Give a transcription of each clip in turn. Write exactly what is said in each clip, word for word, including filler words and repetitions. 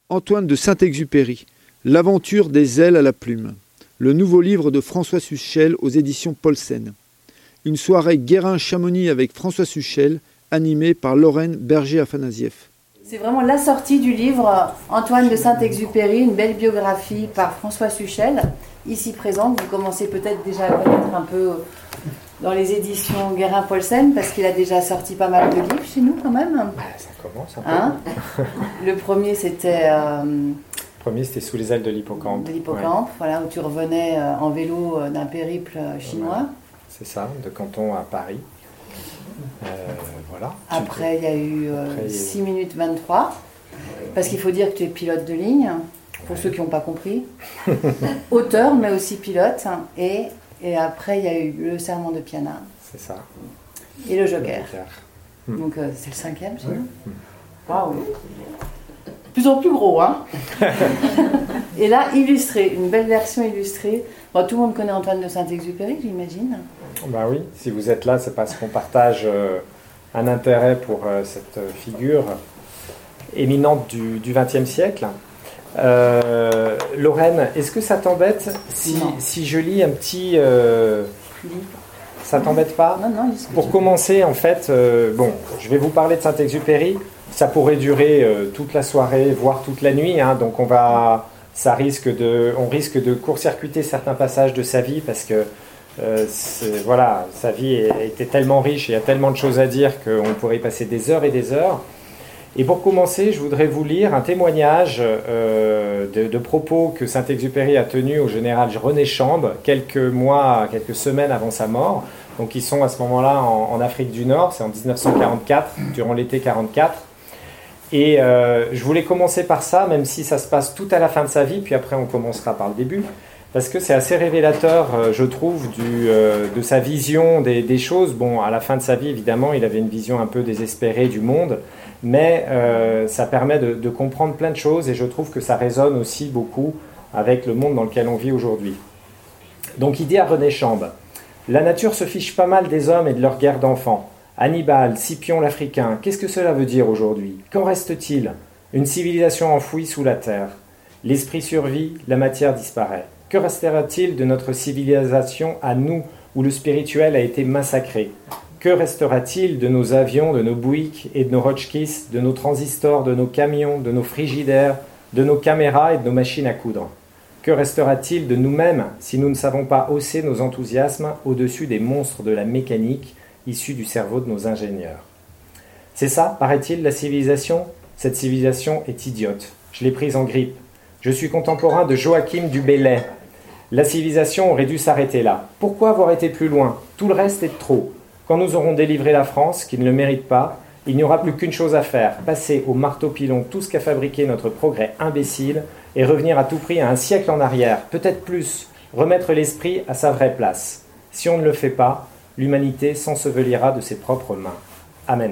Antoine de Saint-Exupéry, L'aventure des ailes à la plume. Le nouveau livre de François Suchel aux éditions Paulsen. Une soirée Guérin-Chamonix avec François Suchel, animée par Lorraine Berger-Afanasieff. C'est vraiment la sortie du livre Antoine de Saint-Exupéry, une belle biographie par François Suchel, ici présente. Vous commencez peut-être déjà à connaître un peu dans les éditions Guérin-Paulsen, parce qu'il a déjà sorti pas mal de livres chez nous quand même. Ça commence un peu. Hein Le premier c'était... Euh, Le premier c'était Sous les ailes de l'hippocampe. De l'hippocampe, ouais. Voilà, où tu revenais euh, en vélo euh, d'un périple euh, chinois. Ouais. C'est ça, de Canton à Paris. Euh, voilà. Après, il y a eu euh, Après, six minutes vingt-trois, parce qu'il faut dire que tu es pilote de ligne, pour ouais. ceux qui n'ont pas compris. Auteur, mais aussi pilote. Et, et après, il y a eu le serment de Piana. C'est ça. Et le Joker. Le Joker. Donc, euh, c'est le cinquième chez nous. Waouh! Plus en plus gros, hein. Et là, illustré, une belle version illustrée. Bon, tout le monde connaît Antoine de Saint-Exupéry, j'imagine. Bah oui, si vous êtes là, c'est parce qu'on partage euh, un intérêt pour euh, cette figure éminente du vingtième siècle. Euh, Lorraine, est-ce que ça t'embête si, si je lis un petit... Euh, ça t'embête pas? Non, non. Pour commencer, en fait, euh, bon, je vais vous parler de Saint-Exupéry. Ça pourrait durer euh, toute la soirée, voire toute la nuit. Hein, donc on va, ça risque de, on risque de court-circuiter certains passages de sa vie parce que euh, voilà, sa vie était tellement riche et il y a tellement de choses à dire qu'on pourrait y passer des heures et des heures. Et pour commencer, je voudrais vous lire un témoignage euh, de, de propos que Saint-Exupéry a tenu au général René Chambes quelques mois, quelques semaines avant sa mort. Donc ils sont à ce moment-là en, en Afrique du Nord, c'est en dix-neuf cent quarante-quatre, durant l'été quarante-quatre. Et euh, je voulais commencer par ça, même si ça se passe tout à la fin de sa vie, puis après on commencera par le début, parce que c'est assez révélateur, euh, je trouve, du, euh, de sa vision des, des choses. Bon, à la fin de sa vie, évidemment, il avait une vision un peu désespérée du monde, mais euh, ça permet de, de comprendre plein de choses, et je trouve que ça résonne aussi beaucoup avec le monde dans lequel on vit aujourd'hui. Donc il dit à René Chambes, « La nature se fiche pas mal des hommes et de leur guerre d'enfants. Hannibal, Scipion l'Africain, qu'est-ce que cela veut dire aujourd'hui? Qu'en reste-t-il? Une civilisation enfouie sous la terre. L'esprit survit, la matière disparaît. Que restera-t-il de notre civilisation à nous, où le spirituel a été massacré? Que restera-t-il de nos avions, de nos Buick et de nos Hotchkiss, de nos transistors, de nos camions, de nos frigidaires, de nos caméras et de nos machines à coudre? Que restera-t-il de nous-mêmes si nous ne savons pas hausser nos enthousiasmes au-dessus des monstres de la mécanique issus du cerveau de nos ingénieurs? C'est ça, paraît-il, la civilisation? Cette civilisation est idiote. Je l'ai prise en grippe. Je suis contemporain de Joachim du Bellay. La civilisation aurait dû s'arrêter là. Pourquoi avoir été plus loin? Tout le reste est trop. Quand nous aurons délivré la France, qui ne le mérite pas, il n'y aura plus qu'une chose à faire, passer au marteau-pilon tout ce qu'a fabriqué notre progrès imbécile et revenir à tout prix à un siècle en arrière, peut-être plus, remettre l'esprit à sa vraie place. Si on ne le fait pas, l'humanité s'ensevelira de ses propres mains. Amen.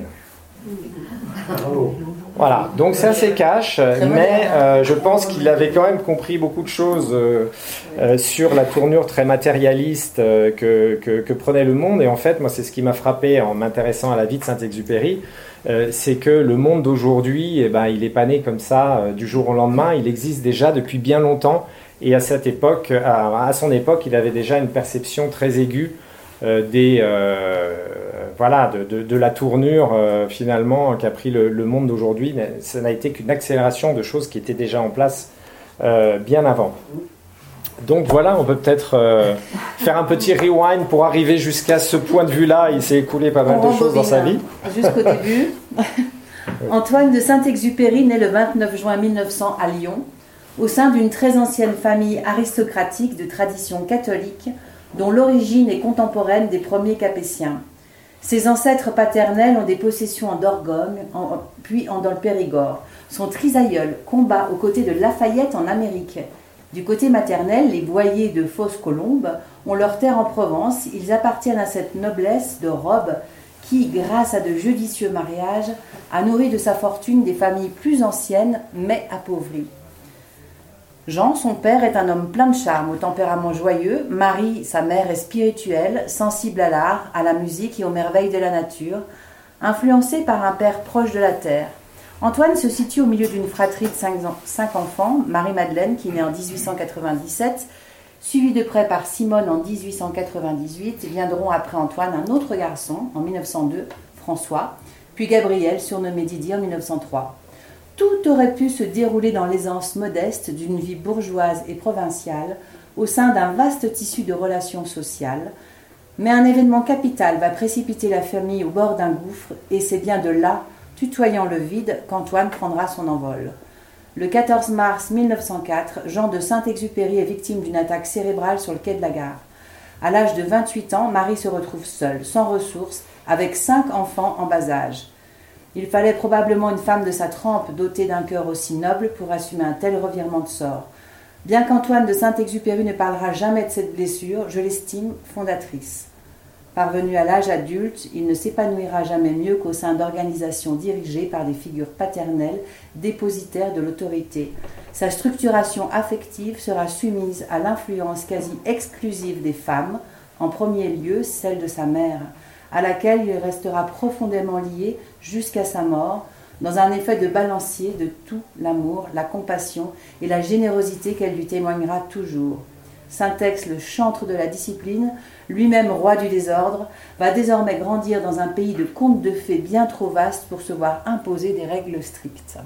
Voilà, donc c'est assez cash, mais euh, je pense qu'il avait quand même compris beaucoup de choses euh, euh, sur la tournure très matérialiste euh, que, que, que prenait le monde. Et en fait, moi, c'est ce qui m'a frappé en m'intéressant à la vie de Saint-Exupéry, euh, c'est que le monde d'aujourd'hui, eh ben, il n'est pas né comme ça euh, du jour au lendemain, il existe déjà depuis bien longtemps. Et à cette époque, à, à son époque, il avait déjà une perception très aiguë Euh, des, euh, voilà, de, de, de la tournure euh, finalement qu'a pris le, le monde d'aujourd'hui. Mais ça n'a été qu'une accélération de choses qui étaient déjà en place euh, bien avant. Donc voilà, on peut peut-être euh, faire un petit rewind pour arriver jusqu'à ce point de vue-là. Il s'est écoulé pas mal de choses dans sa vie. Jusqu'au début. Antoine de Saint-Exupéry naît le vingt-neuf juin mille neuf cents à Lyon, au sein d'une très ancienne famille aristocratique de tradition catholique, dont l'origine est contemporaine des premiers Capétiens. Ses ancêtres paternels ont des possessions en Dordogne, en, puis en, dans le Périgord. Son trisaïeul combat aux côtés de Lafayette en Amérique. Du côté maternel, les Boyers de Fosses-Colombes ont leur terre en Provence. Ils appartiennent à cette noblesse de robe qui, grâce à de judicieux mariages, a nourri de sa fortune des familles plus anciennes, mais appauvries. Jean, son père, est un homme plein de charme, au tempérament joyeux. Marie, sa mère, est spirituelle, sensible à l'art, à la musique et aux merveilles de la nature, influencée par un père proche de la terre. Antoine se situe au milieu d'une fratrie de cinq, cinq enfants, Marie-Madeleine qui naît en dix-huit cent quatre-vingt-dix-sept, suivie de près par Simone en dix-huit cent quatre-vingt-dix-huit, viendront après Antoine un autre garçon en mille neuf cent deux, François, puis Gabriel, surnommé Didier en mille neuf cent trois. Tout aurait pu se dérouler dans l'aisance modeste d'une vie bourgeoise et provinciale, au sein d'un vaste tissu de relations sociales, mais un événement capital va précipiter la famille au bord d'un gouffre, et c'est bien de là, tutoyant le vide, qu'Antoine prendra son envol. Le quatorze mars mille neuf cent quatre, Jean de Saint-Exupéry est victime d'une attaque cérébrale sur le quai de la gare. À l'âge de vingt-huit ans, Marie se retrouve seule, sans ressources, avec cinq enfants en bas âge. Il fallait probablement une femme de sa trempe, dotée d'un cœur aussi noble, pour assumer un tel revirement de sort. Bien qu'Antoine de Saint-Exupéry ne parlera jamais de cette blessure, je l'estime fondatrice. Parvenu à l'âge adulte, il ne s'épanouira jamais mieux qu'au sein d'organisations dirigées par des figures paternelles, dépositaires de l'autorité. Sa structuration affective sera soumise à l'influence quasi exclusive des femmes, en premier lieu celle de sa mère, à laquelle il restera profondément lié jusqu'à sa mort, dans un effet de balancier de tout l'amour, la compassion et la générosité qu'elle lui témoignera toujours. Syntex, le chantre de la discipline, lui-même roi du désordre, va désormais grandir dans un pays de contes de fées bien trop vaste pour se voir imposer des règles strictes.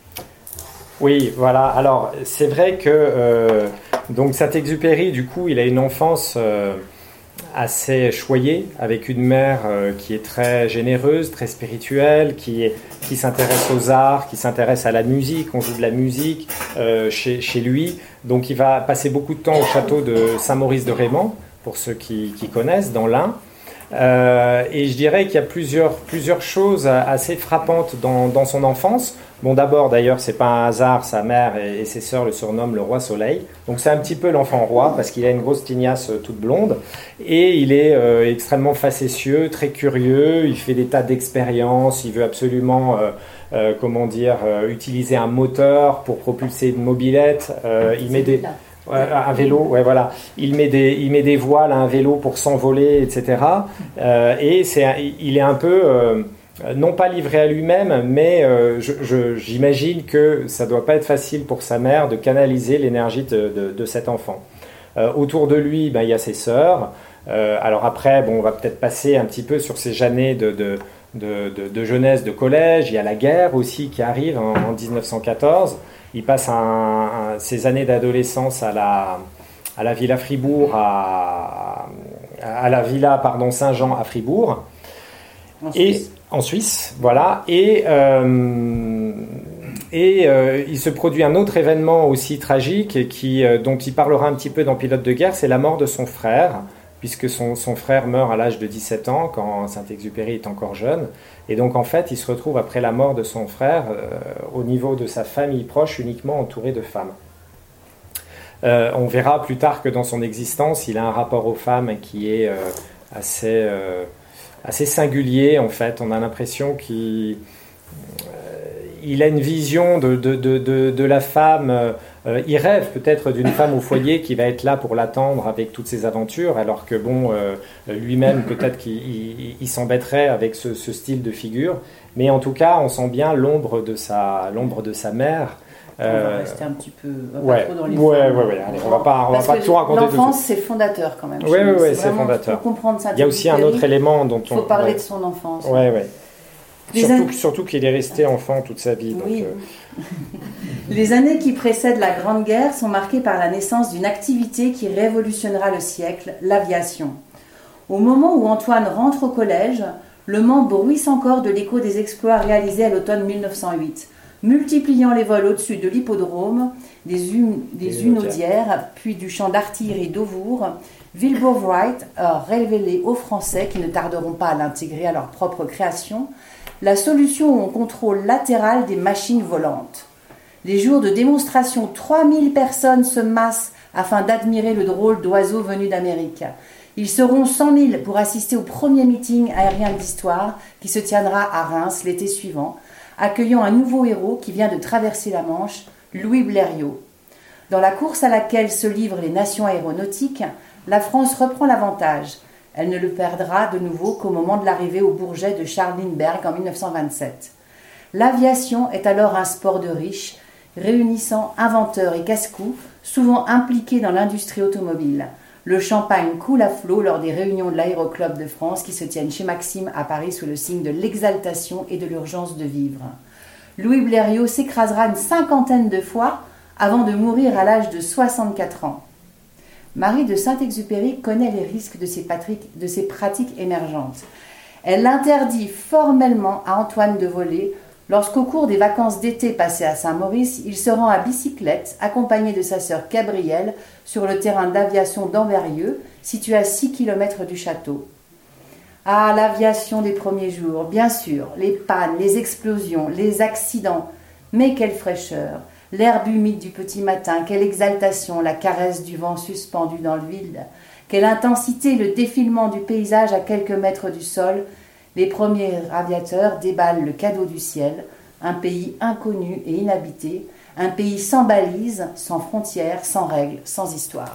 Oui, voilà. Alors, c'est vrai que euh, donc Saint-Exupéry, du coup, il a une enfance euh, assez choyée, avec une mère euh, qui est très généreuse, très spirituelle, qui, est, qui s'intéresse aux arts, qui s'intéresse à la musique. On joue de la musique euh, chez, chez lui. Donc, il va passer beaucoup de temps au château de Saint-Maurice de Raymond, pour ceux qui, qui connaissent, dans l'Ain. Euh, et je dirais qu'il y a plusieurs, plusieurs choses assez frappantes dans, dans son enfance. Bon, d'abord, d'ailleurs, c'est pas un hasard, sa mère et, et ses sœurs le surnomment le roi soleil. Donc c'est un petit peu l'enfant roi, parce qu'il a une grosse tignasse toute blonde. Et il est euh, extrêmement facétieux, très curieux, il fait des tas d'expériences, il veut absolument... Euh, Euh, comment dire, euh, utiliser un moteur pour propulser une mobilette. Euh, il met des, ouais, un vélo, ouais, voilà. Il met des, il met des voiles à un vélo pour s'envoler, et cetera. Euh, et c'est, il est un peu, euh, non pas livré à lui-même, mais euh, je, je, j'imagine que ça doit pas être facile pour sa mère de canaliser l'énergie de, de, de cet enfant. Euh, autour de lui, ben, il y a ses sœurs. Euh, alors après, bon, on va peut-être passer un petit peu sur ces années de, de De, de, de jeunesse, de collège. Il y a la guerre aussi qui arrive en, en dix-neuf cent quatorze. Il passe un, un, ses années d'adolescence à la, à la Villa Fribourg, à, à la Villa pardon, Saint-Jean à Fribourg. En et, Suisse. En Suisse, voilà. Et, euh, et euh, il se produit un autre événement aussi tragique qui, euh, dont il parlera un petit peu dans Pilote de guerre, c'est la mort de son frère, puisque son, son frère meurt à l'âge de dix-sept ans, quand Saint-Exupéry est encore jeune. Et donc, en fait, il se retrouve, après la mort de son frère, euh, au niveau de sa famille proche, uniquement entouré de femmes. Euh, on verra plus tard que dans son existence, il a un rapport aux femmes qui est euh, assez, euh, assez singulier, en fait. On a l'impression qu'il euh, il a une vision de, de, de, de, de la femme... Euh, Euh, il rêve peut-être d'une femme au foyer qui va être là pour l'attendre avec toutes ses aventures, alors que bon, euh, lui-même peut-être qu'il il, il s'embêterait avec ce, ce style de figure. Mais en tout cas, on sent bien l'ombre de sa, l'ombre de sa mère. Euh, on va rester un petit peu, on va ouais, pas trop dans les ouais, ouais, ouais, allez, on va pas, on va pas tout raconter. L'enfance, c'est fondateur quand même. Oui, oui, oui, c'est fondateur. Pour comprendre ça, il y a aussi un autre élément dont on. Il faut parler ouais. de son enfance. Ouais, ouais. Les surtout, an... surtout qu'il est resté enfant toute sa vie. Donc, oui. euh... Les années qui précèdent la Grande Guerre sont marquées par la naissance d'une activité qui révolutionnera le siècle, l'aviation. Au moment où Antoine rentre au collège, le Mans bruisse encore de l'écho des exploits réalisés à l'automne mille neuf cent huit, multipliant les vols au-dessus de l'hippodrome, des, hum, des Hunaudières, puis du champ d'artillerie d'Auvour. Wilbur-Wright a révélé aux Français, qui ne tarderont pas à l'intégrer à leur propre création, la solution au contrôle latéral des machines volantes. Les jours de démonstration, trois mille personnes se massent afin d'admirer le drôle d'oiseau venu d'Amérique. Ils seront cent mille pour assister au premier meeting aérien d'histoire qui se tiendra à Reims l'été suivant, accueillant un nouveau héros qui vient de traverser la Manche, Louis Blériot. Dans la course à laquelle se livrent les nations aéronautiques, la France reprend l'avantage. Elle ne le perdra de nouveau qu'au moment de l'arrivée au Bourget de Charles Lindbergh en mille neuf cent vingt-sept. L'aviation est alors un sport de riches, réunissant inventeurs et casse-cou, souvent impliqués dans l'industrie automobile. Le champagne coule à flot lors des réunions de l'Aéroclub de France qui se tiennent chez Maxime à Paris sous le signe de l'exaltation et de l'urgence de vivre. Louis Blériot s'écrasera une cinquantaine de fois avant de mourir à l'âge de soixante-quatre ans. Marie de Saint-Exupéry connaît les risques de ces, patriques, de ces pratiques émergentes. Elle interdit formellement à Antoine de voler lorsqu'au cours des vacances d'été passées à Saint-Maurice, il se rend à bicyclette, accompagné de sa sœur Gabrielle, sur le terrain d'aviation d'Amberieux, situé à six kilomètres du château. Ah, l'aviation des premiers jours, bien sûr, les pannes, les explosions, les accidents, mais quelle fraîcheur! L'herbe humide du petit matin, quelle exaltation, la caresse du vent suspendu dans le vide, quelle intensité, le défilement du paysage à quelques mètres du sol. Les premiers aviateurs déballent le cadeau du ciel, un pays inconnu et inhabité, un pays sans balises, sans frontières, sans règles, sans histoire.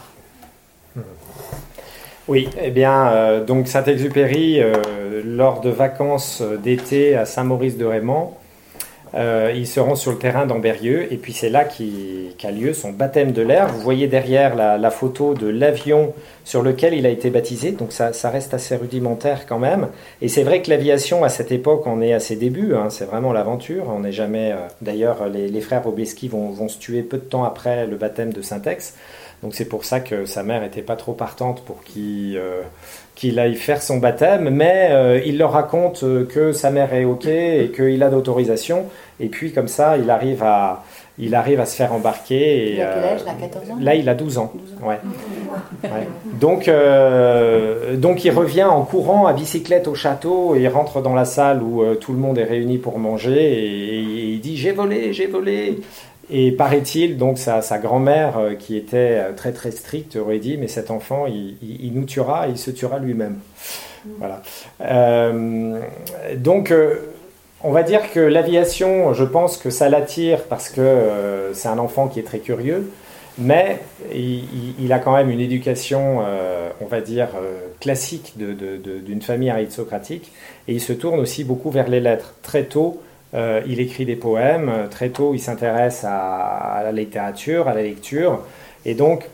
Oui, eh bien, euh, donc Saint-Exupéry, euh, lors de vacances d'été à Saint-Maurice-de-Raymond, euh, il se rend sur le terrain d'Amberieux, et puis c'est là qu'il, qu'a lieu son baptême de l'air. Vous voyez derrière la, la photo de l'avion sur lequel il a été baptisé, donc ça, ça reste assez rudimentaire quand même. Et c'est vrai que l'aviation, à cette époque, on est à ses débuts, hein, c'est vraiment l'aventure. On n'est jamais... Euh, d'ailleurs, les, les frères Robesky vont, vont se tuer peu de temps après le baptême de Saint-Ex. Donc c'est pour ça que sa mère n'était pas trop partante pour qu'il, euh, qu'il aille faire son baptême, mais euh, il leur raconte que sa mère est OK et qu'il a d'autorisation, et puis comme ça il arrive à, il arrive à se faire embarquer. Et, il a quel âge, là, quatorze ans? Là il a douze ans. Ouais. Ouais. Donc, euh, donc il revient en courant à bicyclette au château, et il rentre dans la salle où euh, tout le monde est réuni pour manger, et, et il dit « j'ai volé, j'ai volé ». Et paraît-il, donc sa, sa grand-mère, euh, qui était euh, très très stricte, aurait dit « mais cet enfant, il, il, il nous tuera et il se tuera lui-même ». Voilà. Euh, donc, euh, on va dire que l'aviation, je pense que ça l'attire parce que euh, c'est un enfant qui est très curieux, mais il, il a quand même une éducation, euh, on va dire, euh, classique de, de, de, d'une famille aristocratique, et il se tourne aussi beaucoup vers les lettres. Très tôt, Euh, il écrit des poèmes, très tôt il s'intéresse à, à la littérature, à la lecture, et donc,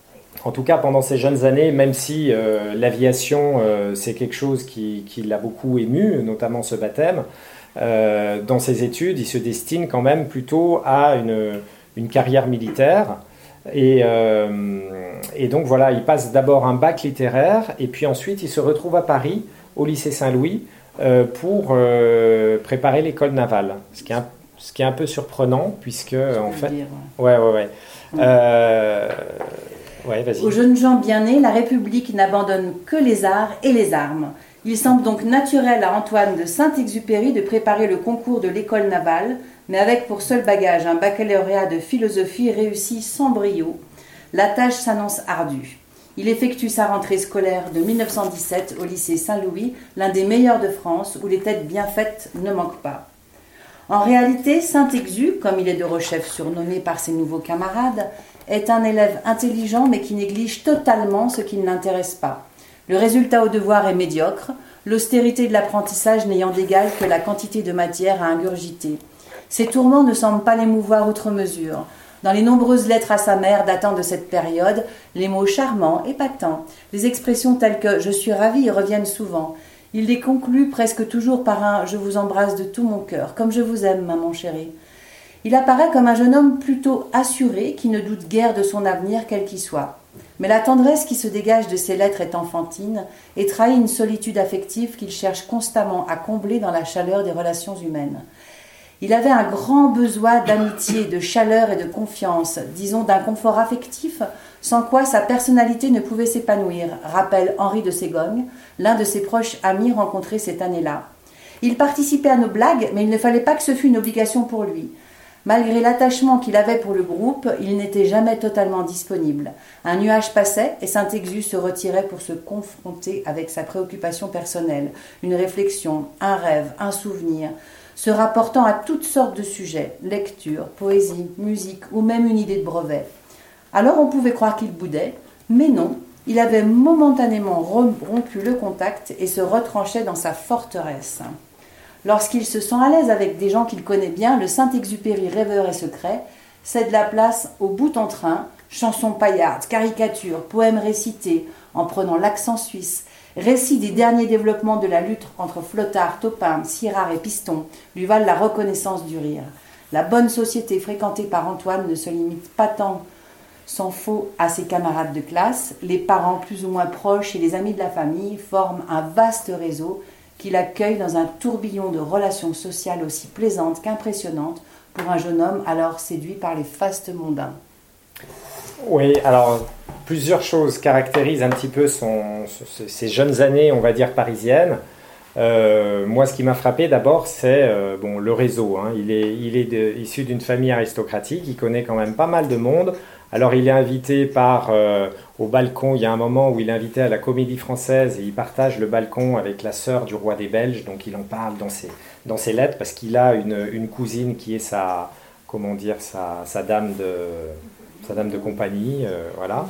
en tout cas pendant ces jeunes années, même si euh, l'aviation euh, c'est quelque chose qui, qui l'a beaucoup ému, notamment ce baptême, euh, dans ses études il se destine quand même plutôt à une, une carrière militaire, et, euh, et donc voilà, il passe d'abord un bac littéraire, et puis ensuite il se retrouve à Paris, au lycée Saint-Louis, Euh, pour euh, préparer l'école navale, ce qui est un, ce qui est un peu surprenant, puisque en fait, dire, ouais, ouais, ouais, ouais. Euh... ouais, vas-y. Aux jeunes gens bien nés, la République n'abandonne que les arts et les armes. Il semble donc naturel à Antoine de Saint-Exupéry de préparer le concours de l'école navale, mais avec pour seul bagage un baccalauréat de philosophie réussi sans brio. La tâche s'annonce ardue. Il effectue sa rentrée scolaire de mille neuf cent dix-sept au lycée Saint-Louis, l'un des meilleurs de France, où les têtes bien faites ne manquent pas. En réalité, Saint-Exu, comme il est de rechef surnommé par ses nouveaux camarades, est un élève intelligent mais qui néglige totalement ce qui ne l'intéresse pas. Le résultat au devoir est médiocre, l'austérité de l'apprentissage n'ayant d'égal que la quantité de matière à ingurgiter. Ces tourments ne semblent pas l'émouvoir outre mesure. Dans les nombreuses lettres à sa mère datant de cette période, les mots charmants, épatants, les expressions telles que « je suis ravi » reviennent souvent. Il les conclut presque toujours par un « je vous embrasse de tout mon cœur, comme je vous aime, maman chérie ». Il apparaît comme un jeune homme plutôt assuré, qui ne doute guère de son avenir, quel qu'il soit. Mais la tendresse qui se dégage de ses lettres est enfantine et trahit une solitude affective qu'il cherche constamment à combler dans la chaleur des relations humaines. Il avait un grand besoin d'amitié, de chaleur et de confiance, disons d'un confort affectif, sans quoi sa personnalité ne pouvait s'épanouir, rappelle Henri de Ségogne, l'un de ses proches amis rencontrés cette année-là. Il participait à nos blagues, mais il ne fallait pas que ce fût une obligation pour lui. Malgré l'attachement qu'il avait pour le groupe, il n'était jamais totalement disponible. Un nuage passait et Saint-Exu se retirait pour se confronter avec sa préoccupation personnelle, une réflexion, un rêve, un souvenir, se rapportant à toutes sortes de sujets, lecture, poésie, musique ou même une idée de brevet. Alors on pouvait croire qu'il boudait, mais non, il avait momentanément rompu le contact et se retranchait dans sa forteresse. Lorsqu'il se sent à l'aise avec des gens qu'il connaît bien, le Saint-Exupéry rêveur et secret cède la place au bout en train, chansons paillardes, caricatures, poèmes récités en prenant l'accent suisse, récits des derniers développements de la lutte entre Flottard, Topin, Sirard et Piston lui valent la reconnaissance du rire. La bonne société fréquentée par Antoine ne se limite pas tant s'en faut à ses camarades de classe. Les parents plus ou moins proches et les amis de la famille forment un vaste réseau qui l'accueille dans un tourbillon de relations sociales aussi plaisantes qu'impressionnantes pour un jeune homme alors séduit par les fastes mondains. Oui, alors plusieurs choses caractérisent un petit peu son, ces jeunes années, on va dire, parisiennes. Euh, moi, ce qui m'a frappé d'abord, c'est euh, bon, le réseau. Hein. Il est, il est de, issu d'une famille aristocratique, il connaît quand même pas mal de monde. Alors, il est invité par, euh, au balcon, il y a un moment où il est invité à la Comédie Française et il partage le balcon avec la sœur du roi des Belges, donc il en parle dans ses, dans ses lettres parce qu'il a une, une cousine qui est sa, comment dire, sa, sa, dame, de, sa dame de compagnie, euh, voilà.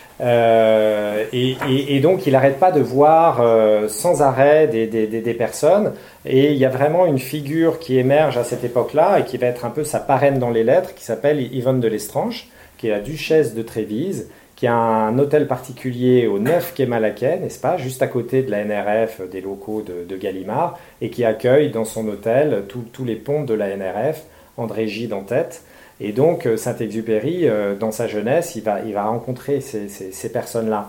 Euh, et, et, et donc il n'arrête pas de voir euh, sans arrêt des, des, des, des personnes, et il y a vraiment une figure qui émerge à cette époque-là et qui va être un peu sa parraine dans les lettres, qui s'appelle Yvonne de Lestrange, qui est la duchesse de Trévise, qui a un hôtel particulier au neuf quai Malaquais, n'est-ce pas, juste à côté de la N R F, des locaux de, de Gallimard, et qui accueille dans son hôtel tous les pontes de la N R F, André Gide en tête. Et donc, Saint-Exupéry, euh, dans sa jeunesse, il va, il va rencontrer ces, ces, ces personnes-là.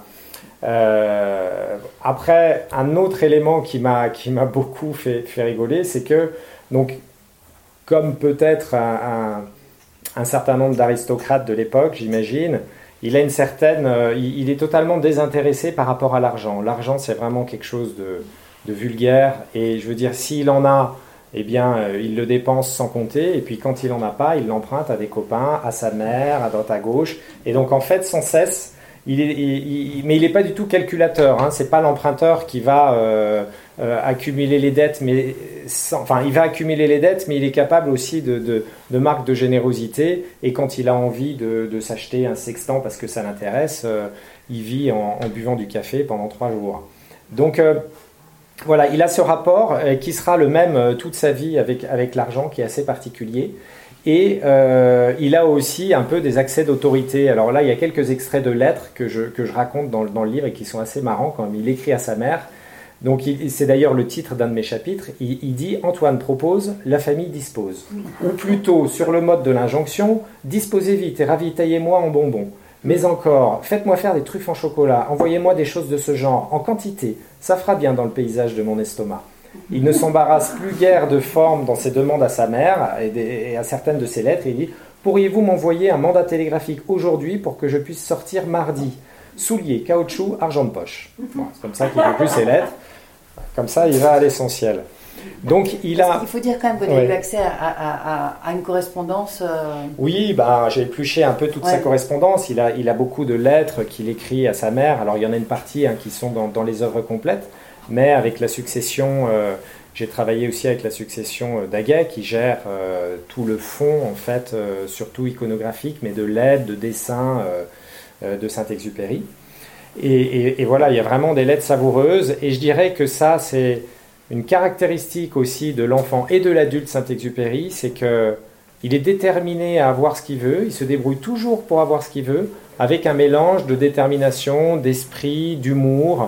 Euh, après, un autre élément qui m'a, qui m'a beaucoup fait, fait rigoler, c'est que, donc, comme peut-être un, un, un certain nombre d'aristocrates de l'époque, j'imagine, il a une certaine, euh, il, il est totalement désintéressé par rapport à l'argent. L'argent, c'est vraiment quelque chose de, de vulgaire. Et je veux dire, s'il en a, eh bien, euh, il le dépense sans compter, et puis quand il n'en a pas, il l'emprunte à des copains, à sa mère, à droite à gauche, et donc en fait, sans cesse, il est, il, il, mais il n'est pas du tout calculateur, hein, c'est pas l'emprunteur qui va euh, euh, accumuler les dettes, mais sans, enfin, il va accumuler les dettes, mais il est capable aussi de, de, de marques de générosité, et quand il a envie de, de s'acheter un sextant parce que ça l'intéresse, euh, il vit en, en buvant du café pendant trois jours. Donc, euh, voilà, il a ce rapport euh, qui sera le même euh, toute sa vie avec, avec l'argent, qui est assez particulier. Et euh, il a aussi un peu des accès d'autorité. Alors là, il y a quelques extraits de lettres que je, que je raconte dans, dans le livre et qui sont assez marrants quand même. Il écrit à sa mère. Donc il, c'est d'ailleurs le titre d'un de mes chapitres. Il, il dit « Antoine propose, la famille dispose ». Ou plutôt, sur le mode de l'injonction, « Disposez vite et ravitaillez-moi en bonbons ». Mais encore, faites-moi faire des truffes en chocolat, envoyez-moi des choses de ce genre, en quantité, ça fera bien dans le paysage de mon estomac. Il ne s'embarrasse plus guère de forme dans ses demandes à sa mère et, des, et à certaines de ses lettres. Il dit « Pourriez-vous m'envoyer un mandat télégraphique aujourd'hui pour que je puisse sortir mardi ? Souliers, caoutchouc, argent de poche. » Bon, c'est comme ça qu'il conclut ses lettres. Comme ça, il va à l'essentiel. Donc, il a... Il faut dire quand même qu'on a ouais. eu accès à, à, à, à une correspondance. Euh... Oui, bah, j'ai épluché un peu toute ouais. sa correspondance. Il a, il a beaucoup de lettres qu'il écrit à sa mère. Alors, il y en a une partie hein, qui sont dans, dans les œuvres complètes, mais avec la succession, euh, j'ai travaillé aussi avec la succession euh, Daguet qui gère euh, tout le fond, en fait, euh, surtout iconographique, mais de lettres, de dessins euh, euh, de Saint-Exupéry. Et, et, et voilà, il y a vraiment des lettres savoureuses. Et je dirais que ça, c'est une caractéristique aussi de l'enfant et de l'adulte Saint-Exupéry, c'est qu'il est déterminé à avoir ce qu'il veut, il se débrouille toujours pour avoir ce qu'il veut, avec un mélange de détermination, d'esprit, d'humour,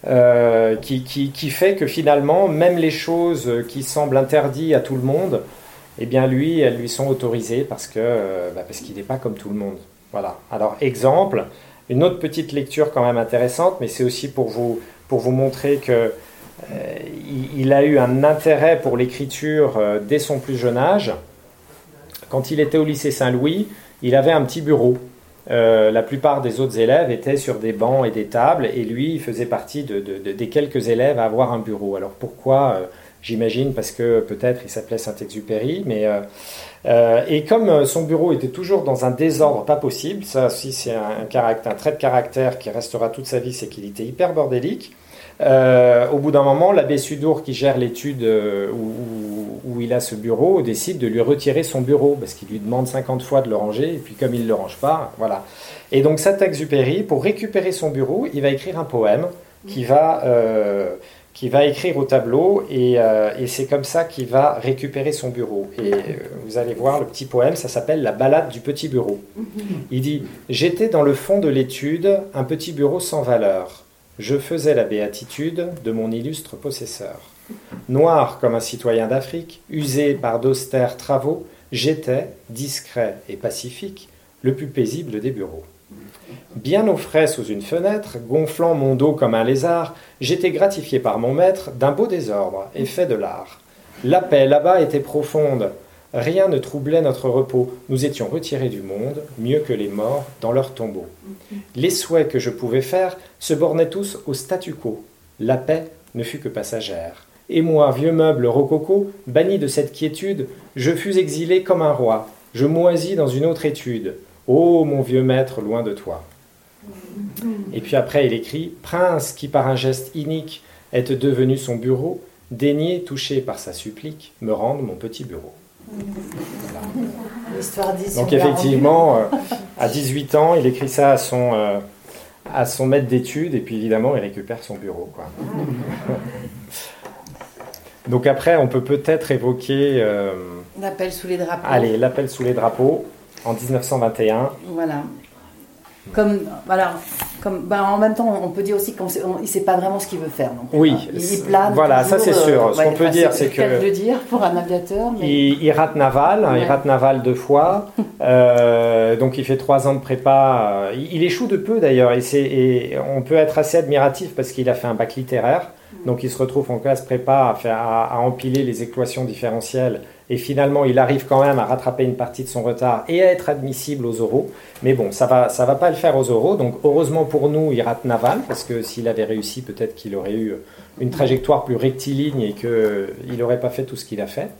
euh, qui, qui, qui fait que finalement, même les choses qui semblent interdites à tout le monde, eh bien lui, elles lui sont autorisées parce que, euh, bah parce qu'il n'est pas comme tout le monde. Voilà. Alors, exemple, une autre petite lecture quand même intéressante, mais c'est aussi pour vous, pour vous montrer que Euh, il a eu un intérêt pour l'écriture euh, dès son plus jeune âge. Quand il était au lycée Saint-Louis, il avait un petit bureau. Euh, la plupart des autres élèves étaient sur des bancs et des tables, et lui, il faisait partie de, de, de, des quelques élèves à avoir un bureau. Alors pourquoi euh, J'imagine parce que peut-être il s'appelait Saint-Exupéry, mais euh, euh, et comme son bureau était toujours dans un désordre pas possible, ça aussi c'est un, caractère, un trait de caractère qui restera toute sa vie, c'est qu'il était hyper bordélique. Euh, au bout d'un moment, l'abbé Sudour, qui gère l'étude euh, où, où, où il a ce bureau, décide de lui retirer son bureau parce qu'il lui demande cinquante fois de le ranger, et puis comme il ne le range pas, voilà. Et donc Saint-Exupéry, pour récupérer son bureau, il va écrire un poème qui va, euh, qui va écrire au tableau et, euh, et c'est comme ça qu'il va récupérer son bureau. Et euh, vous allez voir le petit poème, ça s'appelle « La balade du petit bureau ». Il dit « J'étais dans le fond de l'étude, un petit bureau sans valeur. Je faisais la béatitude de mon illustre possesseur. Noir comme un citoyen d'Afrique, usé par d'austères travaux, j'étais, discret et pacifique, le plus paisible des bureaux. Bien au frais sous une fenêtre, gonflant mon dos comme un lézard, j'étais gratifié par mon maître d'un beau désordre, effet de l'art. La paix là-bas était profonde, rien ne troublait notre repos, nous étions retirés du monde, mieux que les morts dans leur tombeau. Les souhaits que je pouvais faire se bornaient tous au statu quo, la paix ne fut que passagère. Et moi, vieux meuble rococo, banni de cette quiétude, je fus exilé comme un roi, je moisis dans une autre étude. Ô mon vieux maître, loin de toi. Et puis après, il écrit « Prince qui par un geste inique est devenu son bureau, daigné, touché par sa supplique, me rende mon petit bureau. » Voilà. Donc effectivement, euh, à dix-huit ans, il écrit ça à son, euh, à son maître d'études et puis évidemment, il récupère son bureau, quoi. Donc après, on peut peut-être évoquer... Euh, l'appel sous les drapeaux. Allez, l'appel sous les drapeaux. En dix-neuf cent vingt et un. Voilà. Comme, voilà, comme, ben en même temps, on peut dire aussi qu'il ne sait pas vraiment ce qu'il veut faire. Donc, oui, il, il plane. Voilà, toujours, ça c'est sûr. Euh, ce ouais, qu'on peut enfin, dire, c'est, c'est que. C'est le dire pour un aviateur. Mais... Il, il rate naval, ouais. il rate naval deux fois. euh, donc il fait trois ans de prépa. Il, il échoue de peu d'ailleurs. Et, c'est, et on peut être assez admiratif parce qu'il a fait un bac littéraire. Donc il se retrouve en classe prépa à, faire, à, à empiler les équations différentielles. Et finalement, il arrive quand même à rattraper une partie de son retard et à être admissible aux oraux. Mais bon, ça va, ça va pas le faire aux oraux. Donc, heureusement pour nous, il rate naval, parce que s'il avait réussi, peut-être qu'il aurait eu une trajectoire plus rectiligne et qu'il n'aurait pas fait tout ce qu'il a fait.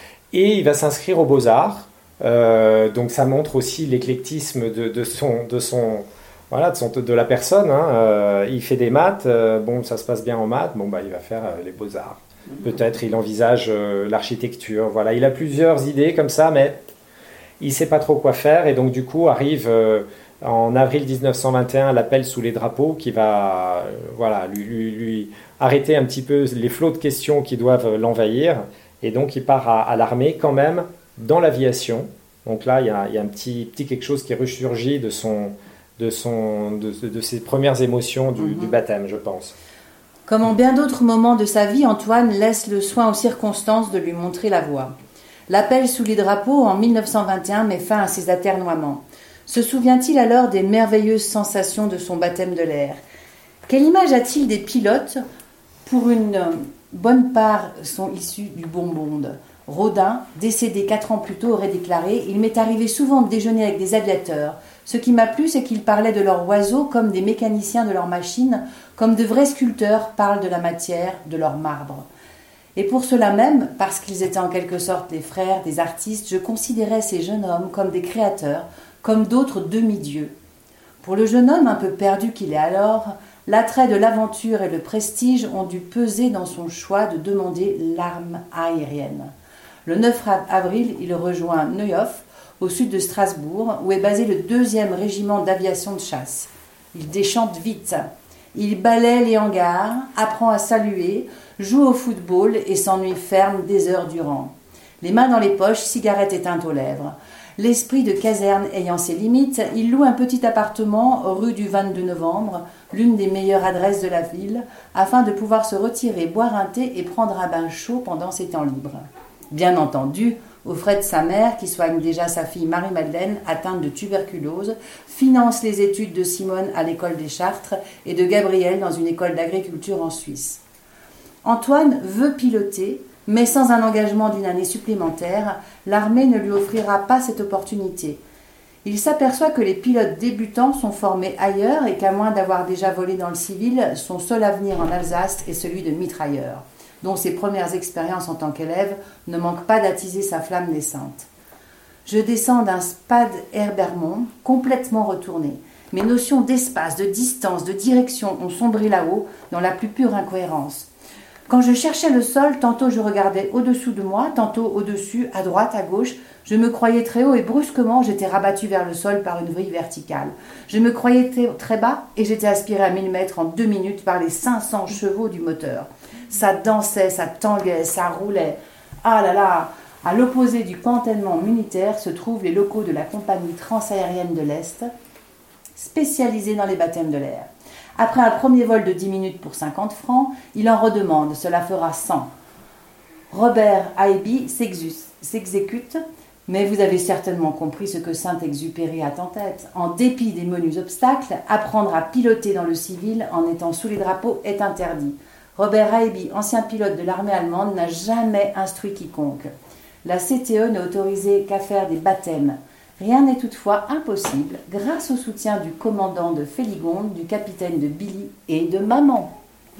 Et il va s'inscrire aux Beaux-Arts. Euh, donc, ça montre aussi l'éclectisme de, de, son, de, son, voilà, de, son, de la personne. Hein. Euh, il fait des maths. Euh, bon, ça se passe bien en maths. Bon, bah, il va faire euh, les Beaux-Arts. Peut-être il envisage euh, l'architecture. Voilà, il a plusieurs idées comme ça, mais il ne sait pas trop quoi faire. Et donc, du coup, arrive euh, en avril dix-neuf cent vingt et un l'appel sous les drapeaux qui va euh, voilà, lui, lui, lui arrêter un petit peu les flots de questions qui doivent l'envahir. Et donc, il part à, à l'armée quand même dans l'aviation. Donc là, il y a, il y a un petit, petit quelque chose qui ressurgit de, son, de, son, de, de ses premières émotions du, mm-hmm. du baptême, je pense. Comme en bien d'autres moments de sa vie, Antoine laisse le soin aux circonstances de lui montrer la voie. L'appel sous les drapeaux en dix-neuf cent vingt et un met fin à ses atermoiements. Se souvient-il alors des merveilleuses sensations de son baptême de l'air ? Quelle image a-t-il des pilotes ? Pour une bonne part sont issus du bon monde. Rodin, décédé quatre ans plus tôt, aurait déclaré « Il m'est arrivé souvent de déjeuner avec des aviateurs. Ce qui m'a plu, c'est qu'ils parlaient de leurs oiseaux comme des mécaniciens de leurs machines, comme de vrais sculpteurs parlent de la matière, de leur marbre. Et pour cela même, parce qu'ils étaient en quelque sorte les frères des artistes, je considérais ces jeunes hommes comme des créateurs, comme d'autres demi-dieux. Pour le jeune homme un peu perdu qu'il est alors, l'attrait de l'aventure et le prestige ont dû peser dans son choix de demander l'arme aérienne. Le neuf avril, il rejoint Neuhof, au sud de Strasbourg, où est basé le deuxième régiment d'aviation de chasse. Il déchante vite. Il balaie les hangars, apprend à saluer, joue au football et s'ennuie ferme des heures durant. Les mains dans les poches, cigarette éteinte aux lèvres. L'esprit de caserne ayant ses limites, il loue un petit appartement rue du vingt-deux novembre, l'une des meilleures adresses de la ville, afin de pouvoir se retirer, boire un thé et prendre un bain chaud pendant ses temps libres. Bien entendu, aux frais de sa mère, qui soigne déjà sa fille Marie-Madeleine, atteinte de tuberculose, finance les études de Simone à l'école des Chartres et de Gabriel dans une école d'agriculture en Suisse. Antoine veut piloter, mais sans un engagement d'une année supplémentaire, l'armée ne lui offrira pas cette opportunité. Il s'aperçoit que les pilotes débutants sont formés ailleurs et qu'à moins d'avoir déjà volé dans le civil, son seul avenir en Alsace est celui de mitrailleur, dont ses premières expériences en tant qu'élève ne manquent pas d'attiser sa flamme naissante. Je descends d'un Spad Herbermont complètement retourné. Mes notions d'espace, de distance, de direction ont sombré là-haut dans la plus pure incohérence. Quand je cherchais le sol, tantôt je regardais au-dessous de moi, tantôt au-dessus, à droite, à gauche. Je me croyais très haut et brusquement j'étais rabattu vers le sol par une vrille verticale. Je me croyais très bas et j'étais aspiré à mille mètres en deux minutes par les cinq cents chevaux du moteur. Ça dansait, ça tanguait, ça roulait. Ah là là! À l'opposé du cantonnement militaire se trouvent les locaux de la compagnie transaérienne de l'Est, spécialisée dans les baptêmes de l'air. Après un premier vol de dix minutes pour cinquante francs, il en redemande, cela fera cent. Robert Aiby s'exécute, mais vous avez certainement compris ce que Saint-Exupéry a en tête. En dépit des menus obstacles, apprendre à piloter dans le civil en étant sous les drapeaux est interdit. Robert Aiby, ancien pilote de l'armée allemande, n'a jamais instruit quiconque. La C T E n'a autorisé qu'à faire des baptêmes. Rien n'est toutefois impossible grâce au soutien du commandant de Féligonde, du capitaine de Billy et de maman.